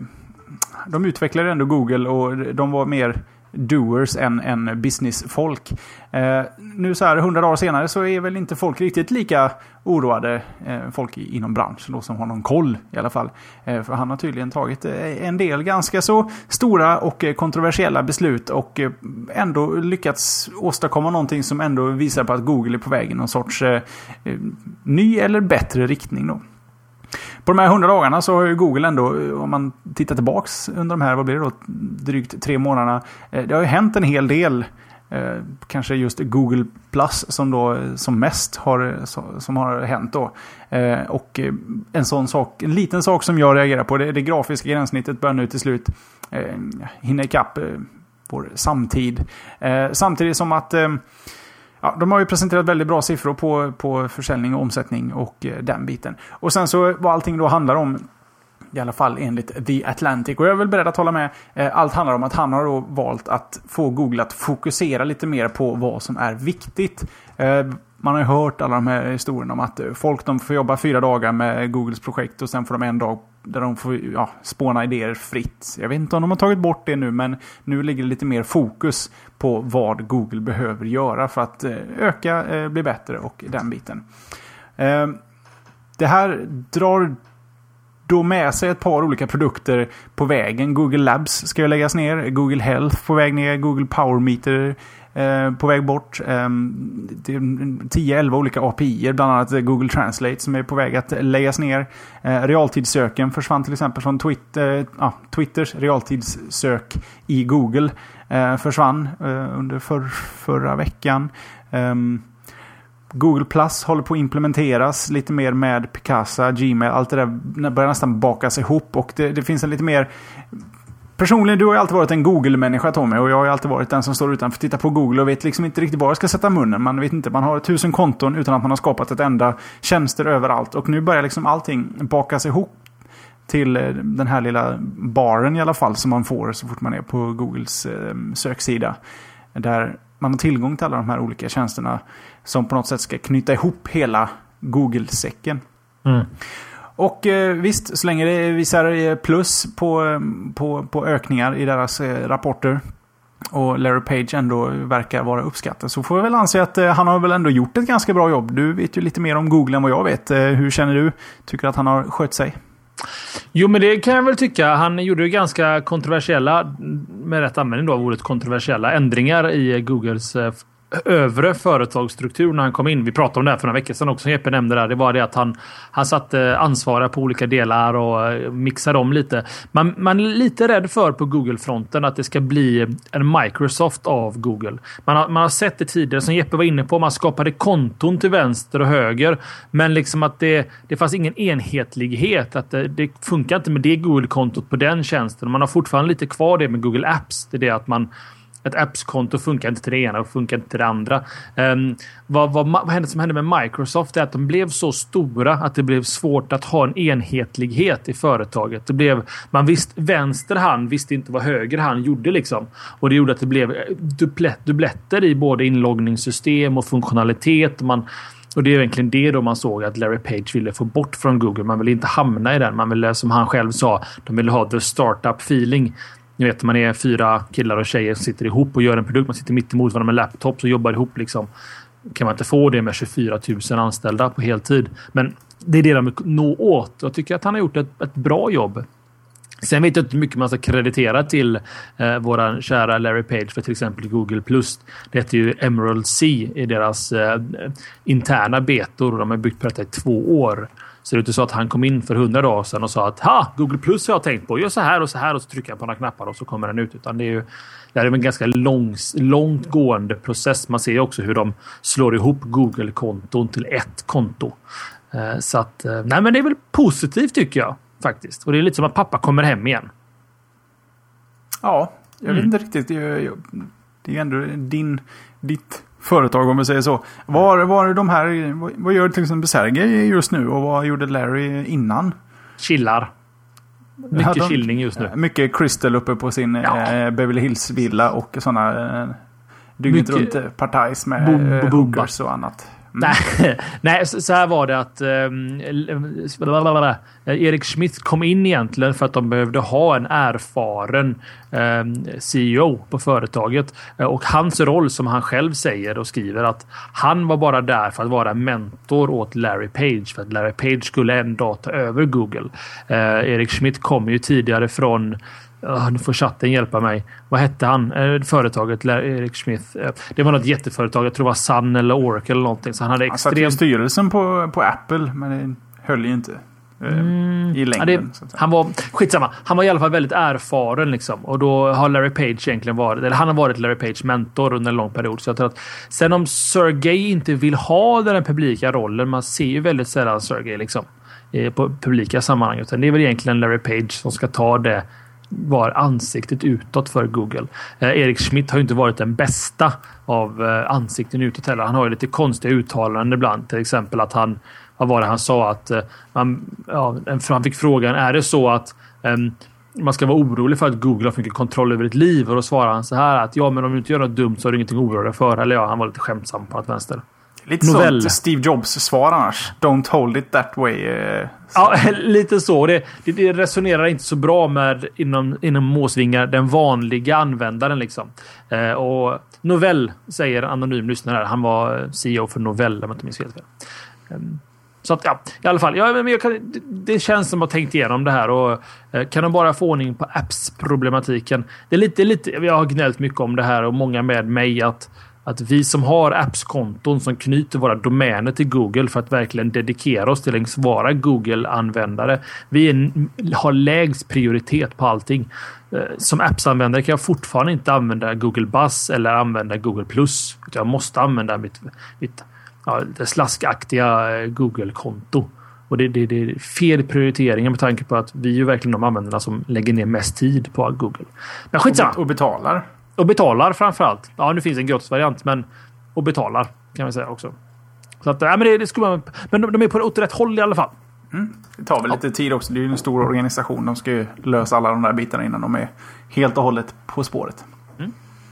de utvecklade ändå Google och de var mer doers än, än businessfolk. Eh, nu så här hundra dagar senare så är väl inte folk riktigt lika oroade, eh, folk i, inom branschen då, som har någon koll i alla fall. Eh, för han har tydligen tagit eh, en del ganska så stora och eh, kontroversiella beslut och eh, ändå lyckats åstadkomma någonting som ändå visar på att Google är på väg i någon sorts eh, ny eller bättre riktning då. På de här hundra dagarna så har ju Google ändå, om man tittar tillbaks under de här, vad blir det då, drygt tre månaderna, det har ju hänt en hel del. Eh, kanske just Google Plus som då som mest har, som har hänt då. Eh, och en sån sak, en liten sak som jag reagerar på, det, det grafiska gränssnittet börjar nu till slut eh, hinna ikapp eh, vår samtid. Eh, samtidigt som att eh, ja, de har ju presenterat väldigt bra siffror på, på försäljning och omsättning och eh, den biten. Och sen så vad allting då handlar om, i alla fall enligt The Atlantic. Och jag är väl beredd att hålla med. Eh, allt handlar om att han har då valt att få Google att fokusera lite mer på vad som är viktigt. Eh, man har ju hört alla de här historierna om att folk de får jobba fyra dagar med Googles projekt och sen får de en dag där de får ja, spåna idéer fritt. Jag vet inte om de har tagit bort det nu, men nu ligger det lite mer fokus på vad Google behöver göra för att öka, bli bättre och den biten. Det här drar då med sig ett par olika produkter på vägen. Google Labs ska ju läggas ner, Google Health på väg ner, Google Power Meter eh, på väg bort. Eh, det är tio elva olika A P I, bland annat Google Translate som är på väg att läggas ner. Eh, realtidssöken försvann till exempel från Twitter, eh, ah, Twitters realtidssök i Google eh, försvann eh, under för, förra veckan. Eh, Google Plus håller på att implementeras lite mer med Picasa, Gmail, allt det där börjar nästan bakas ihop och det, det finns en lite mer... Personligen, du har ju alltid varit en Google-människa, Tommy, och jag har ju alltid varit den som står utanför, tittar på Google och vet liksom inte riktigt var jag ska sätta munnen. Man vet inte, man har tusen konton utan att man har skapat ett enda tjänster överallt och nu börjar liksom allting bakas ihop till den här lilla baren i alla fall som man får så fort man är på Googles eh, söksida. Där man har tillgång till alla de här olika tjänsterna som på något sätt ska knyta ihop hela Google-säcken. Mm. Och eh, visst, så länge det visar plus på, på, på ökningar i deras eh, rapporter och Larry Page ändå verkar vara uppskattad, så får jag väl anse att eh, han har väl ändå gjort ett ganska bra jobb. Du vet ju lite mer om Google än vad jag vet. Eh, hur känner du? Tycker att han har skött sig? Jo, men det kan jag väl tycka. Han gjorde ju ganska kontroversiella, med rätt användning då av ordet kontroversiella, ändringar i Googles eh, övre företagsstruktur när han kom in. Vi pratade om det här för några veckor sedan också. Jeppe nämnde det. Det var det att han, han satte ansvariga på olika delar och mixade om lite. Man, man är lite rädd för på Google-fronten att det ska bli en Microsoft av Google. Man har, man har sett det tidigare som Jeppe var inne på. Man skapade konton till vänster och höger. Men liksom att det, det fanns ingen enhetlighet. Att det, det funkar inte med det Google-kontot på den tjänsten. Man har fortfarande lite kvar det med Google Apps. Det är det att man ett appskonto funkar inte till det ena och funkar inte till det andra. Um, vad, vad, vad hände som hände med Microsoft är att de blev så stora att det blev svårt att ha en enhetlighet i företaget. Det blev, man visste, vänster hand visste inte vad höger hand gjorde liksom. Och det gjorde att det blev dublett, dubbletter i både inloggningssystem och funktionalitet. Och, man, och det är egentligen det då man såg att Larry Page ville få bort från Google. Man ville inte hamna i den. Man ville, som han själv sa, de ville ha the startup feeling. Ni vet, man är fyra killar och tjejer som sitter ihop och gör en produkt. Man sitter mitt emot varandra med en laptop och jobbar ihop liksom. Kan man inte få det med tjugofyra tusen anställda på heltid. Men det är det de når åt. Jag tycker att han har gjort ett, ett bra jobb. Sen vet jag inte hur mycket man ska kreditera till eh, våran kära Larry Page för till exempel Google Plus. Det heter ju Emerald Sea i deras eh, interna betor och de har byggt på detta i två år. Så det är inte så att han kom in för hundra dagar sedan och sa att ha, Google Plus har jag tänkt på. Gör så här och så här och så trycker jag på några knappar och så kommer den ut. Utan det är ju det är en ganska lång, långt gående process. Man ser ju också hur de slår ihop Google-konton till ett konto. Eh, så att, eh, nej men det är väl positivt tycker jag faktiskt. Och det är lite som att pappa kommer hem igen. Ja, jag vet mm. inte riktigt. Det är, det är ju ändå din, ditt företag om vi säger så. Var, var de här, vad, vad gör till exempel Sergej just nu och vad gjorde Larry innan? Chillar. Mycket de, chillning just nu. Mycket crystal uppe på sin ja. eh, Beverly Hills villa och sådana eh, dygnet runt eh, partajs med eh, hookers och annat. Mm. Nej, nej så, så här var det att eh, Erik Schmidt kom in egentligen för att de behövde ha en erfaren eh, C E O på företaget eh, och hans roll som han själv säger och skriver att han var bara där för att vara mentor åt Larry Page för att Larry Page skulle en dag ta över Google. Eh, Erik Schmidt kom ju tidigare från Uh, nu får chatten hjälpa mig. Vad hette han? Uh, företaget Erik Schmidt. Uh, det var något jätteföretag. Jag tror det var Sun eller Oracle eller någonting. Så han hade extremt... Han satt i styrelsen på, på Apple, men det höll ju inte uh, mm, i längden. Ja, det, han var, skitsamma. Han var i alla fall väldigt erfaren liksom. Och då har Larry Page egentligen varit, eller han har varit Larry Page mentor under en lång period. Så jag tror att sen om Sergey inte vill ha den publika rollen, man ser ju väldigt sällan Sergey liksom på publika sammanhang. Utan det är väl egentligen Larry Page som ska ta det var ansiktet utåt för Google. Eh, Erik Schmidt har ju inte varit den bästa av eh, ansikten utåt heller. Han har ju lite konstiga uttalanden ibland. Till exempel att han, vad var det han sa? Att eh, man, ja, han fick frågan, är det så att eh, man ska vara orolig för att Google har för mycket kontroll över ditt liv? Och då svarar han så här att ja, men om du inte gör något dumt så har du ingenting att oroa dig för. Eller ja, han var lite skämtsam på att vänster. Lite novell. sånt Steve Jobs svar annars. Don't hold it that way. Så. Ja, lite så. Det, det, det resonerar inte så bra med inom, inom Måsvingar, den vanliga användaren liksom. Eh, och Novell säger en anonym lyssnare här. Han var C E O för Novell, om jag inte minns helt. Eh, så att ja, i alla fall. Ja, men jag kan, det, det känns som att ha tänkt igenom det här och eh, kan de bara få ordning på apps-problematiken. Det är lite, lite, jag har gnällt mycket om det här och många med mig att Att vi som har appskonton som knyter våra domäner till Google för att verkligen dedikera oss till att vara Google-användare. Vi är, har lägst prioritet på allting. Som appsanvändare kan jag fortfarande inte använda Google Buzz eller använda Google Plus. Jag måste använda mitt, mitt ja, det slaskaktiga Google-konto. Och det, det, det är fel prioriteringar med tanke på att vi är ju verkligen de användarna som lägger ner mest tid på Google. Men skitsamma. Och betalar. Och betalar framförallt. Ja, nu finns en gratisvariant, men och betalar kan man säga också. Så att, ja, men det, det skulle man, men de, de är på åt rätt håll i alla fall. Mm. Det tar väl lite tid också. Det är ju en stor organisation. De ska ju lösa alla de där bitarna innan de är helt och hållet på spåret. Mm.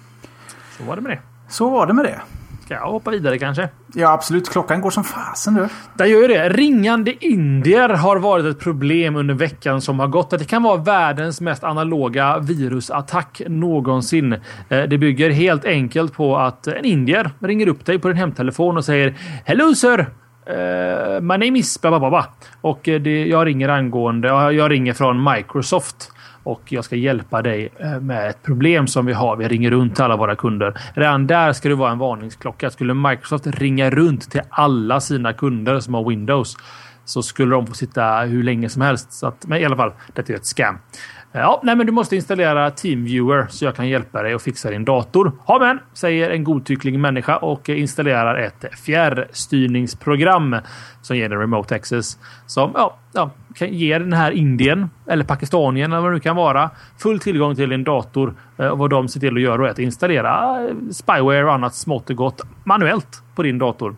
Så var det med det. Så var det med det. Ska jag hoppa vidare kanske? Ja, absolut. Klockan går som fasen nu. Där gör ju det. Ringande indier har varit ett problem under veckan som har gått. Det kan vara världens mest analoga virusattack någonsin. Det bygger helt enkelt på att en indier ringer upp dig på din hemtelefon och säger Hello sir! Uh, my name is bababa. Och det, jag ringer angående jag ringer från Microsoft. Och jag ska hjälpa dig med ett problem som vi har. Vi ringer runt till alla våra kunder. Redan där ska det vara en varningsklocka. Skulle Microsoft ringa runt till alla sina kunder som har Windows så skulle de få sitta hur länge som helst. Så att, men i alla fall, det är ett scam. Ja, nej, men du måste installera TeamViewer så jag kan hjälpa dig och fixa din dator. Ja, men, säger en godtycklig människa och installerar ett fjärrstyrningsprogram som ger dig remote access. Som ja, ja, kan ge den här Indien eller Pakistanien eller vad det nu kan vara full tillgång till din dator. Och vad de ser till att göra är att installera spyware och annat smått och gott manuellt på din dator.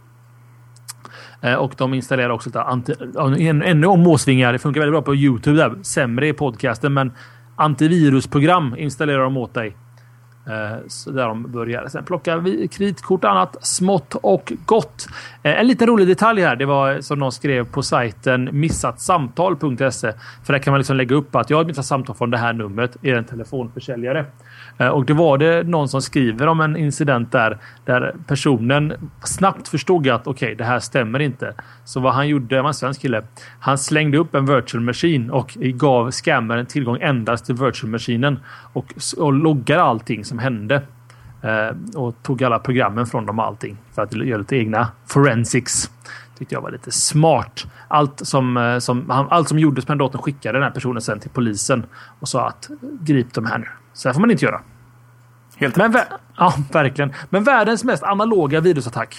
Och de installerar också ett anti, ännu om måsvingar. Det funkar väldigt bra på YouTube där. Sämre i podcasten, men antivirusprogram installerar de åt dig. Så där de börjar. Sen plockar vi kreditkort och annat smått och gott. En liten rolig detalj här. Det var som någon skrev på sajten missatsamtal punkt se. För där kan man liksom lägga upp att jag har missat samtal från det här numret i en telefonförsäljare. Och det var det någon som skriver om en incident där där personen snabbt förstod att okej, okay, det här stämmer inte. Så vad han gjorde, var en svensk kille, han slängde upp en virtual machine och gav scammeren tillgång endast till virtual maskinen och, och loggade allting som hände. Eh, och tog alla programmen från dem allting för att göra lite egna forensics. Tyckte jag var lite smart. Allt som, som, allt som gjordes på den datorn skickade den här personen sen till polisen och sa att grip dem här nu. Så här får man inte göra. Helt Men vä- ja, verkligen. Men världens mest analoga virusattack.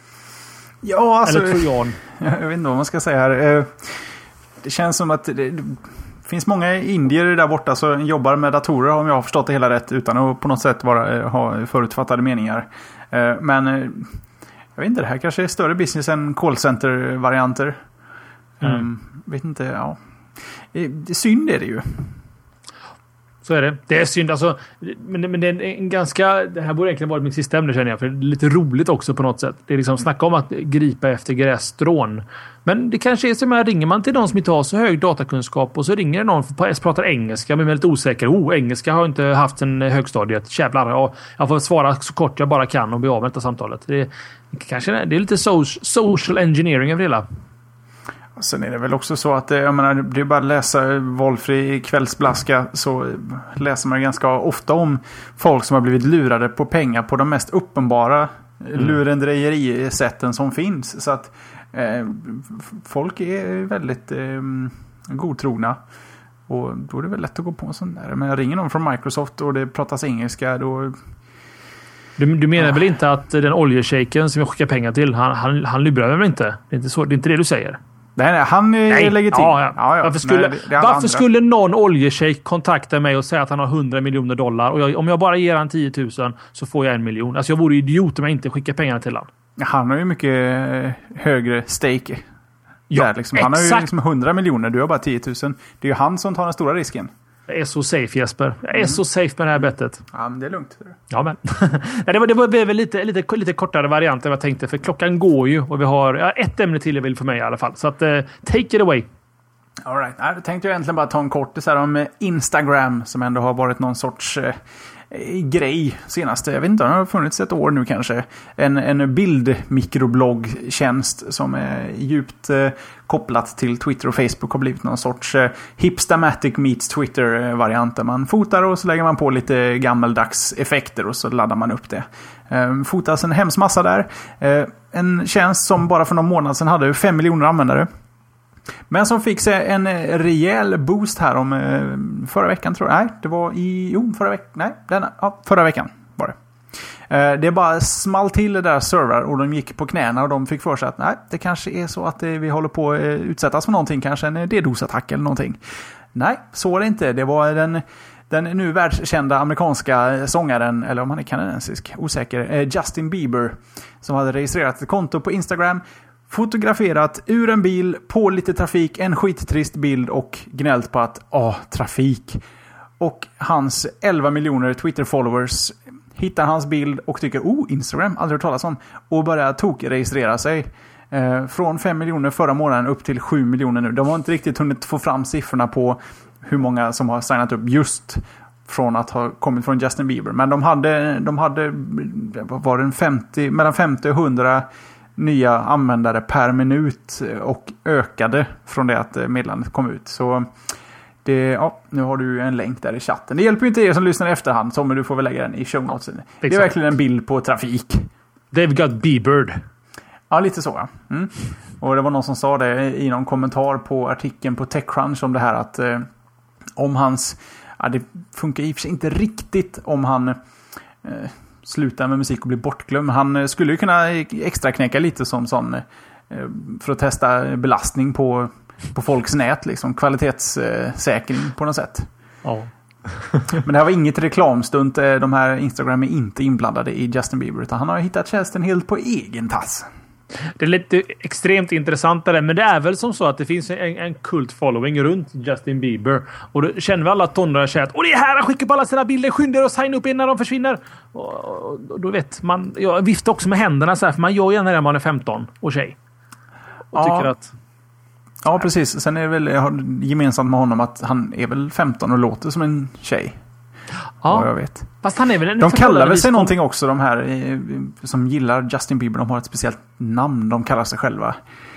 Ja, alltså... Eller trojan. Jag vet inte vad man ska säga här. Det känns som att det finns många indier där borta som jobbar med datorer, om jag har förstått det hela rätt, utan att på något sätt vara, ha förutfattade meningar. Men jag vet inte, det här kanske är större business än callcenter-varianter. Mm. Um, vet inte, ja. Det är synd är det ju. Så är det. Det är synd alltså. Men, men det är en ganska... Det här borde egentligen vara mitt sista ämne, känner jag. För det är lite roligt också på något sätt. Det är liksom snacka om att gripa efter grässtrån. Men det kanske är som att ringer man till någon som inte har så hög datakunskap och så ringer någon som pratar engelska men är väldigt osäker. Oh, engelska har jag inte haft en högstadiet. Jävlar, ja, jag får svara så kort jag bara kan och bli av med detta samtalet. Det, det, kanske, det är lite social engineering över det hela. Sen är det väl också så att jag menar, det är bara att läsa valfri kvällsblaska, så läser man ganska ofta om folk som har blivit lurade på pengar på de mest uppenbara mm. lurendrejeri-sätten som finns. Så att eh, folk är väldigt eh, godtrogna. Och då är det väl lätt att gå på en sån där. Men jag ringer någon från Microsoft och det pratas engelska, då... Du, du menar ah. väl inte att den oljeshaken som jag skickar pengar till, han, han, han lurar väl inte? Det är inte, så, det är inte det du säger? Nej, nej, han är nej. legitim. Ja, ja. Ja, ja. Varför, skulle, nej, det, varför skulle någon oljeshejk kontakta mig och säga att han har hundra miljoner dollar och jag, om jag bara ger han tio tusen så får jag en miljon? Alltså jag vore idiot om jag inte skickar pengarna till honom. Han har ju mycket högre stake. Ja, där, liksom. Han har ju liksom hundra miljoner, du har bara tio tusen. Det är ju han som tar den stora risken. Jag är så safe, Jesper. Jag är mm. så safe med det här bettet. Ja, men det är lugnt. Ja, men. det var, det var väl lite, lite, lite kortare variant än vad jag tänkte. För klockan går ju och vi har ja, ett ämne till jag vill för mig i alla fall. Så att, uh, take it away. All right. Nej, då tänkte jag egentligen bara ta en kortis här om Instagram som ändå har varit någon sorts eh, grej senaste, jag vet inte, det har funnits ett år nu kanske. En, en bildmikrobloggtjänst som är djupt eh, kopplat till Twitter och Facebook har blivit någon sorts eh, hipstamatic meets Twitter-variant där man fotar och så lägger man på lite gammeldags effekter och så laddar man upp det. Eh, fotas en hemsk massa där. Eh, en tjänst som bara för någon månad sedan hade fem miljoner användare. Men som fick sig en rejäl boost här om förra veckan tror jag. Nej, det var i jo, förra veckan. Nej, denna, ja, förra veckan var det. Det bara small till det där server och de gick på knäna och de fick för sig att nej, det kanske är så att vi håller på att utsättas för någonting, kanske en DDoS-attack eller någonting. Nej, så var det inte. Det var den den nu världskända amerikanska sångaren, eller om han är kanadensisk, osäker, Justin Bieber, som hade registrerat ett konto på Instagram, fotograferat ur en bil på lite trafik, en skittrist bild och gnällt på att, ah, trafik. Och hans elva miljoner Twitter-followers hittar hans bild och tycker, oh, Instagram, aldrig hört talas om, och börjar tok-registrera sig. Eh, från fem miljoner förra månaden upp till sju miljoner nu. De har inte riktigt hunnit få fram siffrorna på hur många som har signat upp just från att ha kommit från Justin Bieber. Men de hade, de hade vad var det, femtio, mellan femtio och hundra nya användare per minut och ökade från det att meddelandet kom ut. Så det, ja, nu har du en länk där i chatten. Det hjälper ju inte er som lyssnar i efterhand, så men du får väl lägga den i show notes. Det är verkligen en bild på trafik. They've got Biebered. Ja, lite så. Ja. Mm. Och det var någon som sa det i någon kommentar på artikeln på TechCrunch om det här att eh, om hans, ja, det funkar i och för sig inte riktigt om han eh, slutar med musik och blir bortglömd. Han skulle ju kunna extra knäcka lite som sån eh, för att testa belastning på, på folks nät, liksom kvalitetssäkring på något sätt. Ja. Men det här var inget reklamstunt. De här Instagram är inte inblandade i Justin Bieber, utan han har hittat tjänsten helt på egen tass. Det är lite extremt intressant där, men det är väl som så att det finns en, en kult following runt Justin Bieber. Och då känner vi alla tonåringar och säger att och det är här han skickar på alla sina bilder, skyndar och signa upp innan de försvinner. Och, och, och då vet man, jag viftar också med händerna så här, för man gör gärna det när man är femton och tjej. Och ja. tycker att... Ja, precis. Sen är det väl jag har gemensamt med honom att han är väl femton och låter som en tjej. Ja, jag vet. Fast han är väl en de kallar väl sig någonting också, de här som gillar Justin Bieber. De har ett speciellt namn. De kallar sig själva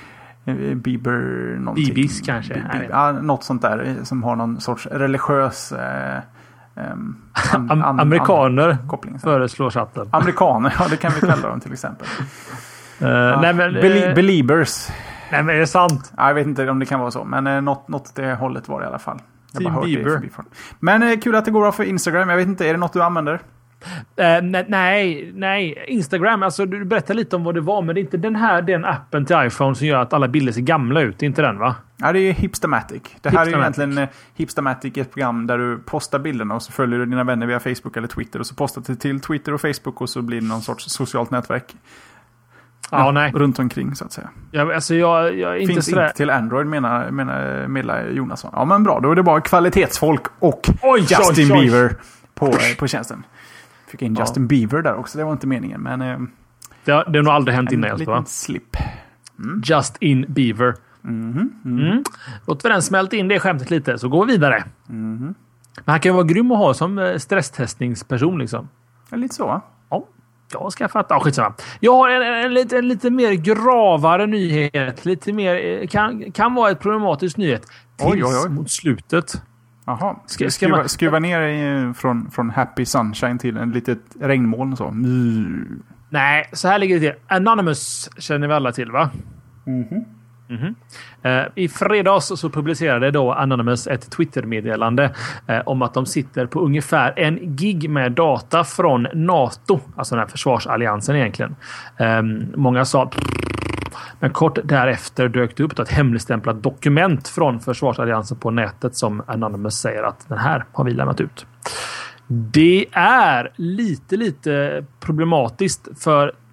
Bieber någonting. Bibis kanske. Bieber, ja, något sånt där som har någon sorts religiös eh, um, an, an, amerikaner koppling, föreslår chatten. Amerikaner, ja, det kan vi kalla dem till exempel. uh, ja. nej, men, Beli- uh, Beliebers. Nej, men är det sant? Ja, jag vet inte om det kan vara så, men eh, något, något det hållet var det i alla fall. Team Bieber. Men eh, kul att det går bra för Instagram. Jag vet inte, är det något du använder? Uh, nej, nej. Instagram, alltså du berättar lite om vad det var, men det är inte den här, den appen till iPhone som gör att alla bilder ser gamla ut. Det är inte den, va? Ja, det är Hipstamatic. Det här Hipstamatic. Är egentligen uh, Hipstamatic, ett program där du postar bilderna och så följer du dina vänner via Facebook eller Twitter och så postar du till Twitter och Facebook och så blir det någon sorts socialt nätverk. Ja, ja, nej. Runt omkring så att säga. Ja, alltså jag, jag är inte finns sådär... inte till Android menar, menar, menar Jonasson. Ja, men bra. Då är det bara kvalitetsfolk och oj, Justin oj, oj. Bieber på, på tjänsten. Fick in ja. Justin Bieber där också. Det var inte meningen. Men, eh, det, har, det har nog aldrig hänt innan. En liten slip. Mm. Just in Bieber. Mm-hmm. Mm. Mm. Låt vi den smälta in det skämtet lite så går vi vidare. Mm-hmm. Men han kan ju vara grym att ha som stresstestningsperson liksom. Ja, lite så. Ja. Jag ska fatta. Oh, skitsamma. Jag har en, en, en, lite, en lite mer gravare nyhet. Lite mer, kan, kan vara ett problematiskt nyhet. Tills oj, oj, oj. Mot slutet. Jaha. Ska, ska skruva, man... skruva ner i, från, från Happy Sunshine till en litet regnmoln och så. Mm. Nej, så här ligger det till. Anonymous känner vi alla till, va? Mhm. Mm-hmm. Uh, I fredags så publicerade då Anonymous ett Twitter-meddelande uh, om att de sitter på ungefär en gig med data från NATO, alltså den här försvarsalliansen egentligen. Um, många sa, men kort därefter dök det upp ett hemligstämplat dokument från försvarsalliansen på nätet som Anonymous säger att den här har vi lämnat ut. Det är lite, lite problematiskt för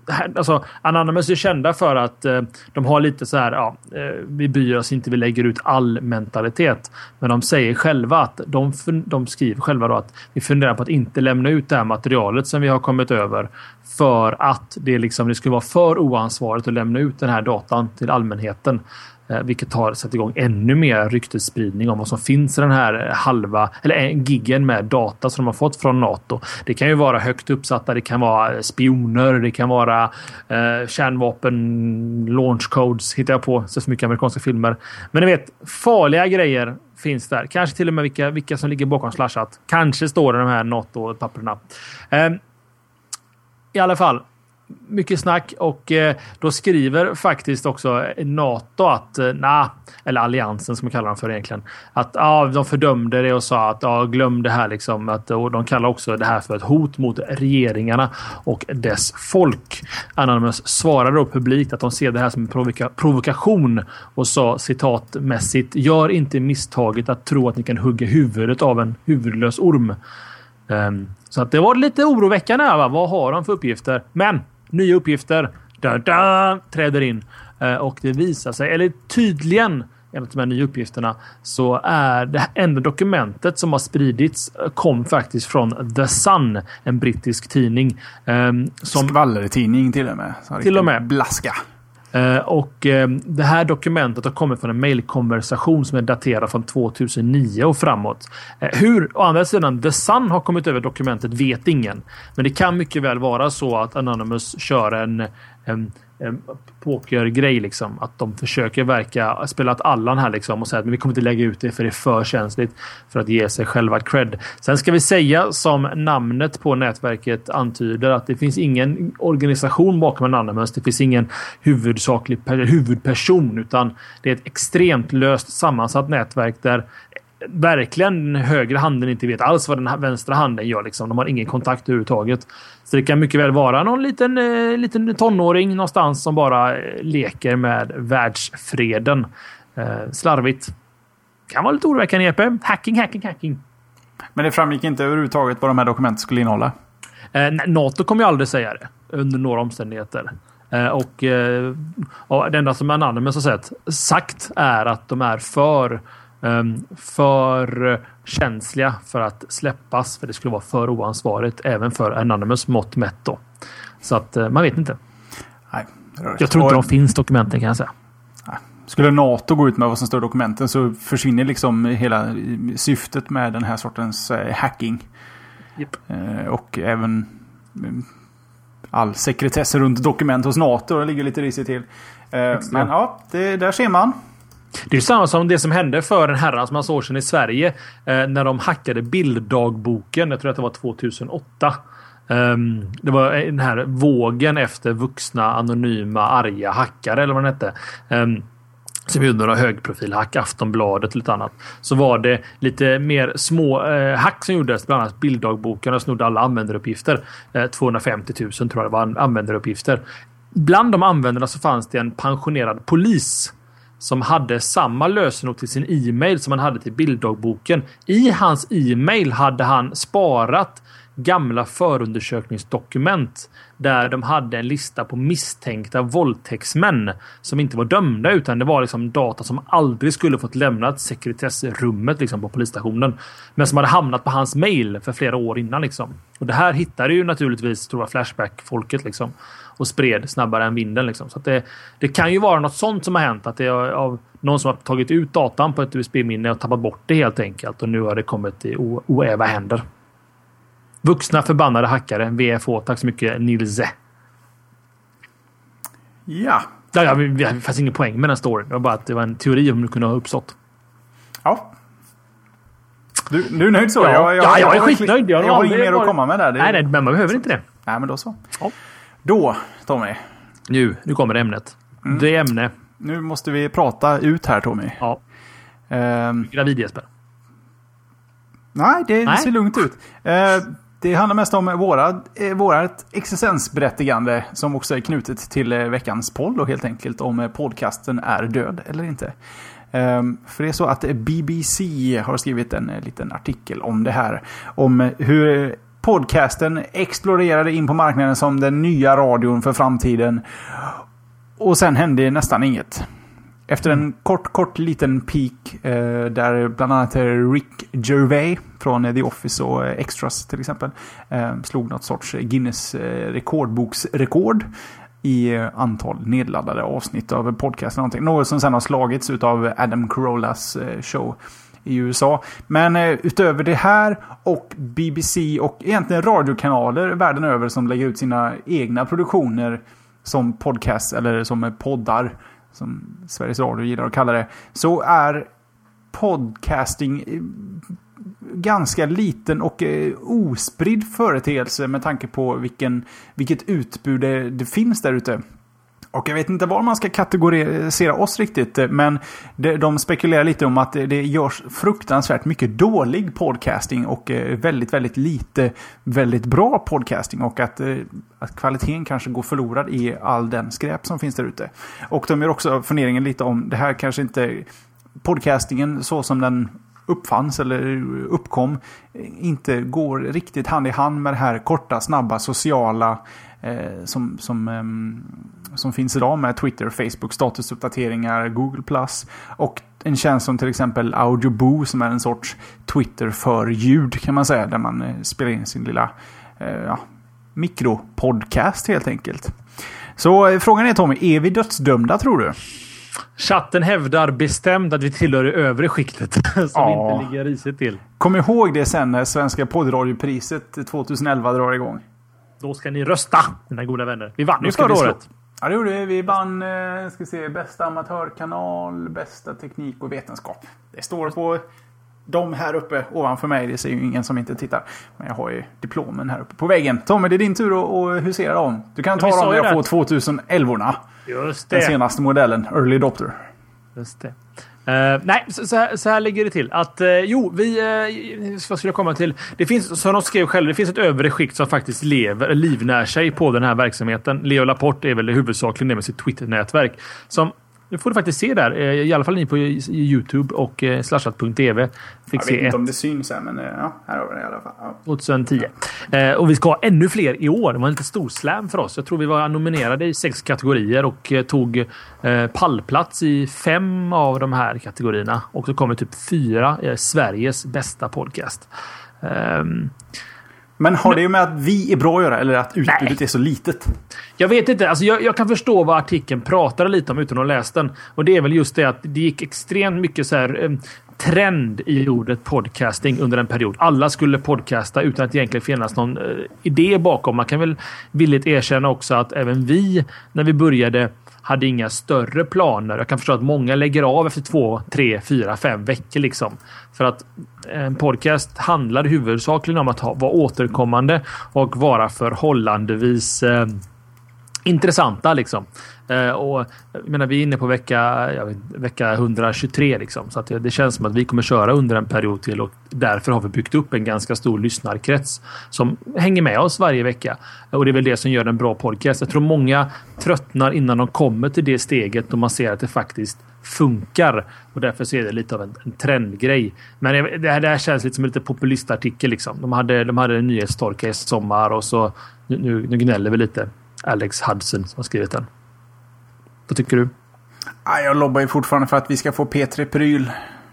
alltså, Anonymous är kända för att eh, de har lite så här, ja, eh, vi bryr oss inte, vi lägger ut all mentalitet. Men de säger själva att de, de skriver själva då att vi funderar på att inte lämna ut det här materialet som vi har kommit över för att det, liksom, det skulle vara för oansvarigt att lämna ut den här datan till allmänheten. Eh, vilket har satt igång ännu mer ryktesspridning om vad som finns i den här halva, eller giggen med data som de har fått från NATO. Det kan ju vara högt uppsatta, det kan vara spioner, det kan vara eh, kärnvapen, launch codes, hittar jag på, så mycket amerikanska filmer. Men ni vet, farliga grejer finns där. Kanske till och med vilka, vilka som ligger bakom slashat. Kanske står det de här NATO-papperna. Eh, I alla fall, mycket snack och eh, då skriver faktiskt också NATO att, eh, nah, eller alliansen som man kallar dem för egentligen, att ah, de fördömde det och sa att ah, glöm det här liksom, att, och de kallar också det här för ett hot mot regeringarna och dess folk. Anonymous svarade då publikt att de ser det här som en provoka- provokation och sa citatmässigt: gör inte misstaget att tro att ni kan hugga huvudet av en huvudlös orm. Um, så att det var lite oroväckande här, va? Vad har de för uppgifter? Men nya uppgifter da, da, träder in uh, och det visar sig, eller tydligen enligt de här nya uppgifterna, så är det enda dokumentet som har spridits kom faktiskt från The Sun, en brittisk tidning. Um, som skvallertidning till och med. Till och med. Blaska. Uh, och uh, det här dokumentet har kommit från en mejlkonversation som är daterad från tvåtusen nio och framåt. Uh, hur, å andra sidan, The Sun har kommit över dokumentet vet ingen. Men det kan mycket väl vara så att Anonymous kör en, en, en pokergrej liksom. Att de försöker verka, spela ett Allan här liksom och säga att men vi kommer inte lägga ut det för det är för känsligt för att ge sig själva cred. Sen ska vi säga, som namnet på nätverket antyder, att det finns ingen organisation bakom Anonymous. Det finns ingen huvudsaklig huvudperson, utan det är ett extremt löst sammansatt nätverk där verkligen den högra handen inte vet alls vad den vänstra handen gör liksom. De har ingen kontakt överhuvudtaget. Så det kan mycket väl vara någon liten, eh, liten tonåring någonstans som bara eh, leker med världsfreden. Eh, slarvigt. Kan vara lite oroväckande, E P. Hacking, hacking, hacking. Men det framgick inte överhuvudtaget vad de här dokumenten skulle innehålla? Eh, NATO kommer ju aldrig säga det under några omständigheter. Eh, och, eh, och det enda som Anonymous har sett, sagt är att de är för Um, för känsliga för att släppas, för det skulle vara för oansvarigt även för Anonymous mått mätt då. Så att uh, man vet inte. Nej, jag tror inte de finns dokumenten, kan jag säga. Nej. Skulle NATO gå ut med vad som står i dokumenten så försvinner liksom hela syftet med den här sortens uh, hacking. Yep. Uh, och även um, all sekretess runt dokument hos NATO, det ligger lite risigt till. Uh, men ja, det, där ser man. Det är samma som det som hände för en herran som man såg sedan i Sverige eh, när de hackade bilddagboken. Jag tror att det var tjugohundraåtta. Um, det var den här vågen efter vuxna, anonyma, arga hackare eller vad det hette. Um, som gjorde några högprofilhack, Aftonbladet och lite annat. Så var det lite mer små eh, hack som gjordes, bland annat bilddagboken, och snodde alla användaruppgifter. Eh, tvåhundrafemtio tusen tror jag det var användaruppgifter. Bland de användarna så fanns det en pensionerad polis som hade samma lösenord till sin e-mail som han hade till bilddagboken. I hans e-mail hade han sparat gamla förundersökningsdokument där de hade en lista på misstänkta våldtäktsmän som inte var dömda, utan det var liksom data som aldrig skulle fått lämnat sekretessrummet liksom på polisstationen, men som hade hamnat på hans mail för flera år innan liksom. Och det här hittade ju naturligtvis stora Flashback-folket liksom och spred snabbare än vinden liksom. Så att det, det kan ju vara något sånt som har hänt, att det är av någon som har tagit ut datan på ett U S B-minne och tappat bort det helt enkelt, och nu har det kommit i o- oäva händer. Vuxna förbannade hackare, V F H. Tack så mycket, Nilse. Ja. Ja, ja, det fanns ingen poäng med den storyn. Det var bara att det var en teori om det kunde ha uppstått. Ja. Du, du är nöjd så? Ja, jag, jag, ja, jag, jag är jag, skitnöjd. Jag, jag har inget mer att komma med där. Det... Nej, nej, men man behöver inte det. Nej, men då så. Ja. Då, Tommy. Nu, nu kommer ämnet. Mm. Det är ämne. Nu måste vi prata ut här, Tommy. Ja. Um, Gravid Jesper. Nej, det nej. ser lugnt ut. Uh, det handlar mest om våra, eh, vårat existensberättigande som också är knutet till eh, veckans poll, och helt enkelt om eh, podcasten är död eller inte. Um, för det är så att B B C har skrivit en eh, liten artikel om det här. Om hur podcasten exploderade in på marknaden som den nya radion för framtiden. Och sen hände nästan inget. Efter en kort, kort liten peak eh, där bland annat Rick Gervais från The Office och Extras till exempel eh, slog något sorts Guinness eh, rekordboksrekord i eh, antal nedladdade avsnitt av podcasten. Någonting. Något som sen har slagits av Adam Carollas eh, show i U S A. Men eh, utöver det här och B B C och egentligen radiokanaler världen över som lägger ut sina egna produktioner som podcast eller som poddar som Sveriges Radio gillar att kalla det, så är podcasting ganska liten och ospridd företeelse med tanke på vilken, vilket utbud det, det finns där ute. Och jag vet inte var man ska kategorisera oss riktigt, men de, de spekulerar lite om att det görs fruktansvärt mycket dålig podcasting och väldigt, väldigt lite väldigt bra podcasting och att, att kvaliteten kanske går förlorad i all den skräp som finns där ute. Och de gör också funderingen lite om det här kanske inte podcastingen så som den uppfanns eller uppkom inte går riktigt hand i hand med det här korta, snabba, sociala eh, som, som, eh, som finns idag med Twitter, Facebook, statusuppdateringar, Google plus och en tjänst som till exempel Audioboo som är en sorts Twitter för ljud kan man säga, där man eh, spelar in sin lilla eh, ja, mikropodcast helt enkelt. Så eh, frågan är, Tommy, är vi dödsdömda tror du? Chatten hävdar bestämt att vi tillhör det övre skiktet som ja. inte ligger risigt till. Kom ihåg det sen när Svenska poddradiopriset tjugoelva drar igång. Då ska ni rösta, mina goda vänner. Vi vann ju förra året. Ja, det gjorde vi. Vi vann eh, ska se, bästa amatörkanal, bästa teknik och vetenskap. Det står på de här uppe ovanför mig. Det ser ju ingen som inte tittar. Men jag har ju diplomen här uppe på väggen. Tommy, det är din tur att, att husera dem. Du kan ta dem när jag får tjugoelva. Just det. Den senaste modellen, Early Adopter. Just det. Uh, nej, så, så, här, så här ligger det till. Att, uh, jo, vi... Uh, vad skulle jag komma till? Det finns, som de skrev själva, det finns ett övre skikt som faktiskt lever, livnär sig på den här verksamheten. Leo Laporte är väl det huvudsakligen med sitt Twitter-nätverk. Som... Nu får du faktiskt se där. I alla fall ni på YouTube och eh, slashat punkt tv. Fick jag se vet inte ett. om det syns här, men ja, här har vi det i alla fall. Ja. tjugohundratio. Eh, och vi ska ha ännu fler i år. Det var en lite stor slam för oss. Jag tror vi var nominerade i sex kategorier och eh, tog eh, pallplats i fem av de här kategorierna. Och så kommer typ fyra eh, Sveriges bästa podcast. Um, Men har det ju med att vi är bra att göra eller att utbudet nej. är så litet? Jag vet inte. Alltså jag, jag kan förstå vad artikeln pratade lite om utan att läsa den. Och det är väl just det att det gick extremt mycket så här eh, trend i ordet podcasting under en period. Alla skulle podcasta utan att det egentligen finnas någon eh, idé bakom. Man kan väl villigt erkänna också att även vi, när vi började, hade inga större planer. Jag kan förstå att många lägger av efter två, tre, fyra, fem veckor liksom. För att en podcast handlar huvudsakligen om att ha, vara återkommande och vara förhållandevis eh, intressanta liksom. Eh, och jag menar, vi är inne på vecka, jag vet, vecka etthundratjugotre liksom. Så att det, det känns som att vi kommer köra under en period till och därför har vi byggt upp en ganska stor lyssnarkrets som hänger med oss varje vecka. Och det är väl det som gör en bra podcast. Jag tror många tröttnar innan de kommer till det steget då man ser att det faktiskt funkar. Och därför ser det lite av en, en trendgrej. Men det här, det här känns lite som en lite populistartikel liksom. De hade, de hade en nyhetstorka i sommar och så nu, nu gnäller vi lite. Alex Hudson som har skrivit den. Vad tycker du? Jag lobbar ju fortfarande för att vi ska få P tre Pryl.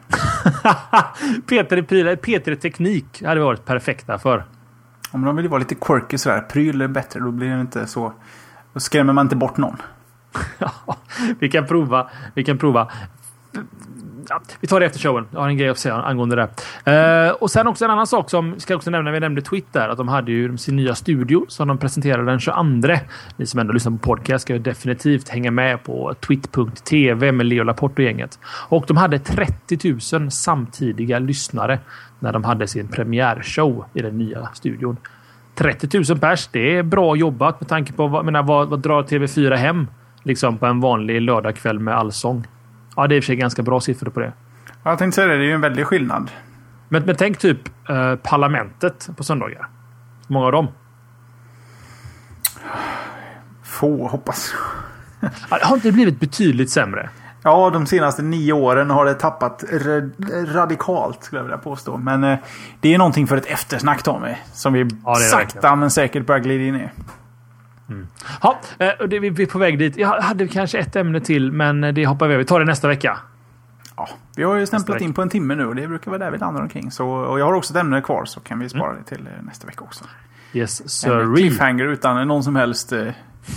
P tre Pryl, P tre Teknik hade varit perfekta för. Om de vill vara lite quirky sådär, Pryl är bättre, då blir det inte så. Då skrämmer man inte bort någon. Ja, vi kan prova. Vi kan prova. Ja, vi tar det efter showen. Jag har en grej att säga angående det. Uh, och sen också en annan sak som ska också nämna, vi nämnde Twitter, att de hade ju sin nya studio som de presenterade den tjugoandra. Ni som ändå lyssnar på podcast ska ju definitivt hänga med på twit punkt tv med Leo Laporte och gänget. Och de hade trettio tusen samtidiga lyssnare när de hade sin premiärshow i den nya studion. trettio tusen pers, det är bra jobbat med tanke på vad, menar, vad, vad drar T V fyra hem liksom på en vanlig lördagkväll med allsång. Ja, det är i och för sig ganska bra siffror på det. Jag tänkte säga det, det är ju en väldig skillnad. Men, men tänk typ eh, parlamentet på söndagar. Många av dem. Få, hoppas. Ja, det har inte blivit betydligt sämre. Ja, de senaste nio åren har det tappat ra- radikalt, skulle jag vilja påstå. Men eh, det är någonting för ett eftersnack, Tommy, som vi ja, sakta verkligen. men säkert börjar glida in i. Mm. Ja, det, vi är på väg dit. Jag hade kanske ett ämne till, men det hoppar vi över. Vi tar det nästa vecka. Ja, vi har ju stämplat in på en timme nu och det brukar vara där vi landar omkring. Så, och jag har också ett ämne kvar, så kan vi spara mm. det till nästa vecka också. Yes, sir. En cliffhanger utan någon som helst eh,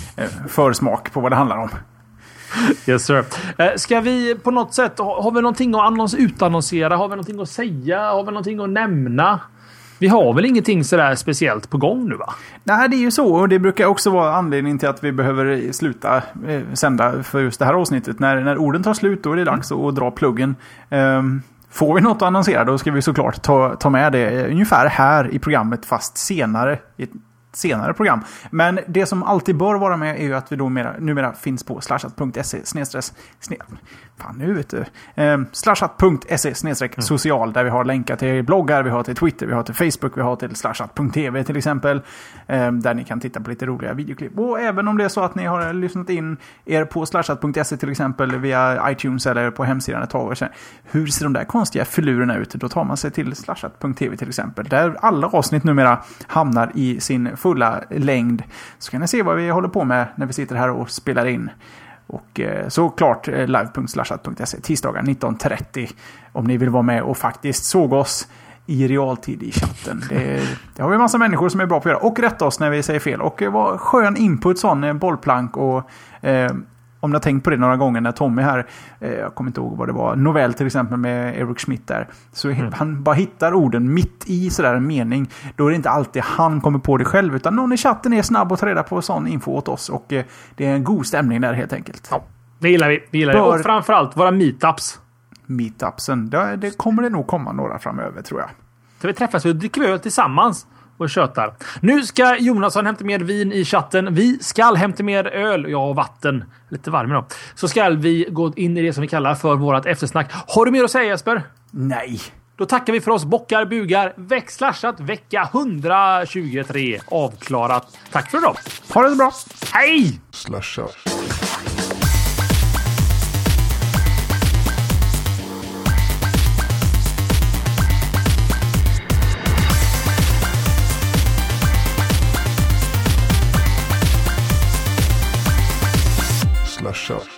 försmak på vad det handlar om. Yes, sir. Eh, ska vi på något sätt, har, har vi någonting att annons, utannonsera? Har vi någonting att säga? Har vi någonting att nämna? Vi har väl ingenting sådär speciellt på gång nu, va? Nej, det är ju så. Och det brukar också vara anledningen till att vi behöver sluta eh, sända för just det här avsnittet. När, när orden tar slut, då är det dags mm. att dra pluggen. Um, får vi något att annonsera, då ska vi såklart ta, ta med det ungefär här i programmet, fast senare i ett senare program. Men det som alltid bör vara med är ju att vi då mera, numera finns på slashat punkt se snedstreck fan nu vet du eh, slashat punkt se snedstreck social, där vi har länkar till bloggar, vi har till Twitter, vi har till Facebook, vi har till slashat punkt tv till exempel, eh, där ni kan titta på lite roliga videoklipp. Och även om det är så att ni har lyssnat in er på slashat punkt se till exempel via iTunes eller på hemsidan ett tag och sen, hur ser de där konstiga filurerna ut? Då tar man sig till slashat punkt tv till exempel, där alla avsnitt numera hamnar i sin fulla längd. Så kan ni se vad vi håller på med när vi sitter här och spelar in. Och eh, såklart eh, live punkt slashat punkt se tisdagar nitton trettio om ni vill vara med och faktiskt såg oss i realtid i chatten. Det, det har vi en massa människor som är bra på att göra. Och rätta oss när vi säger fel. Och eh, vad skön input, sån eh, bollplank och eh, om ni har tänkt på det några gånger när Tommy här, eh, jag kommer inte ihåg vad det var, novell till exempel med Eric Schmidt där, så mm. han bara hittar orden mitt i sådär en mening. Då är det inte alltid han kommer på det själv, utan någon i chatten är snabb och tar reda på sån info åt oss, och eh, det är en god stämning där helt enkelt. Ja, det gillar vi. Det gillar Bör... vi. Och framförallt våra meetups. Meetupsen, det, det kommer det nog komma några framöver, tror jag. Så vi träffas och dricker öl tillsammans och tjötar. Nu ska Jonasson hämta mer vin i chatten. Vi ska hämta mer öl, ja, och vatten. Lite varm då. Så ska vi gå in i det som vi kallar för vårat eftersnack. Har du mer att säga, Jesper? Nej. Då tackar vi för oss. Bockar, bugar. Väck slashat vecka etthundratjugotre. Avklarat. Tack för idag. Ha det bra. Hej! Slashat. Slashat.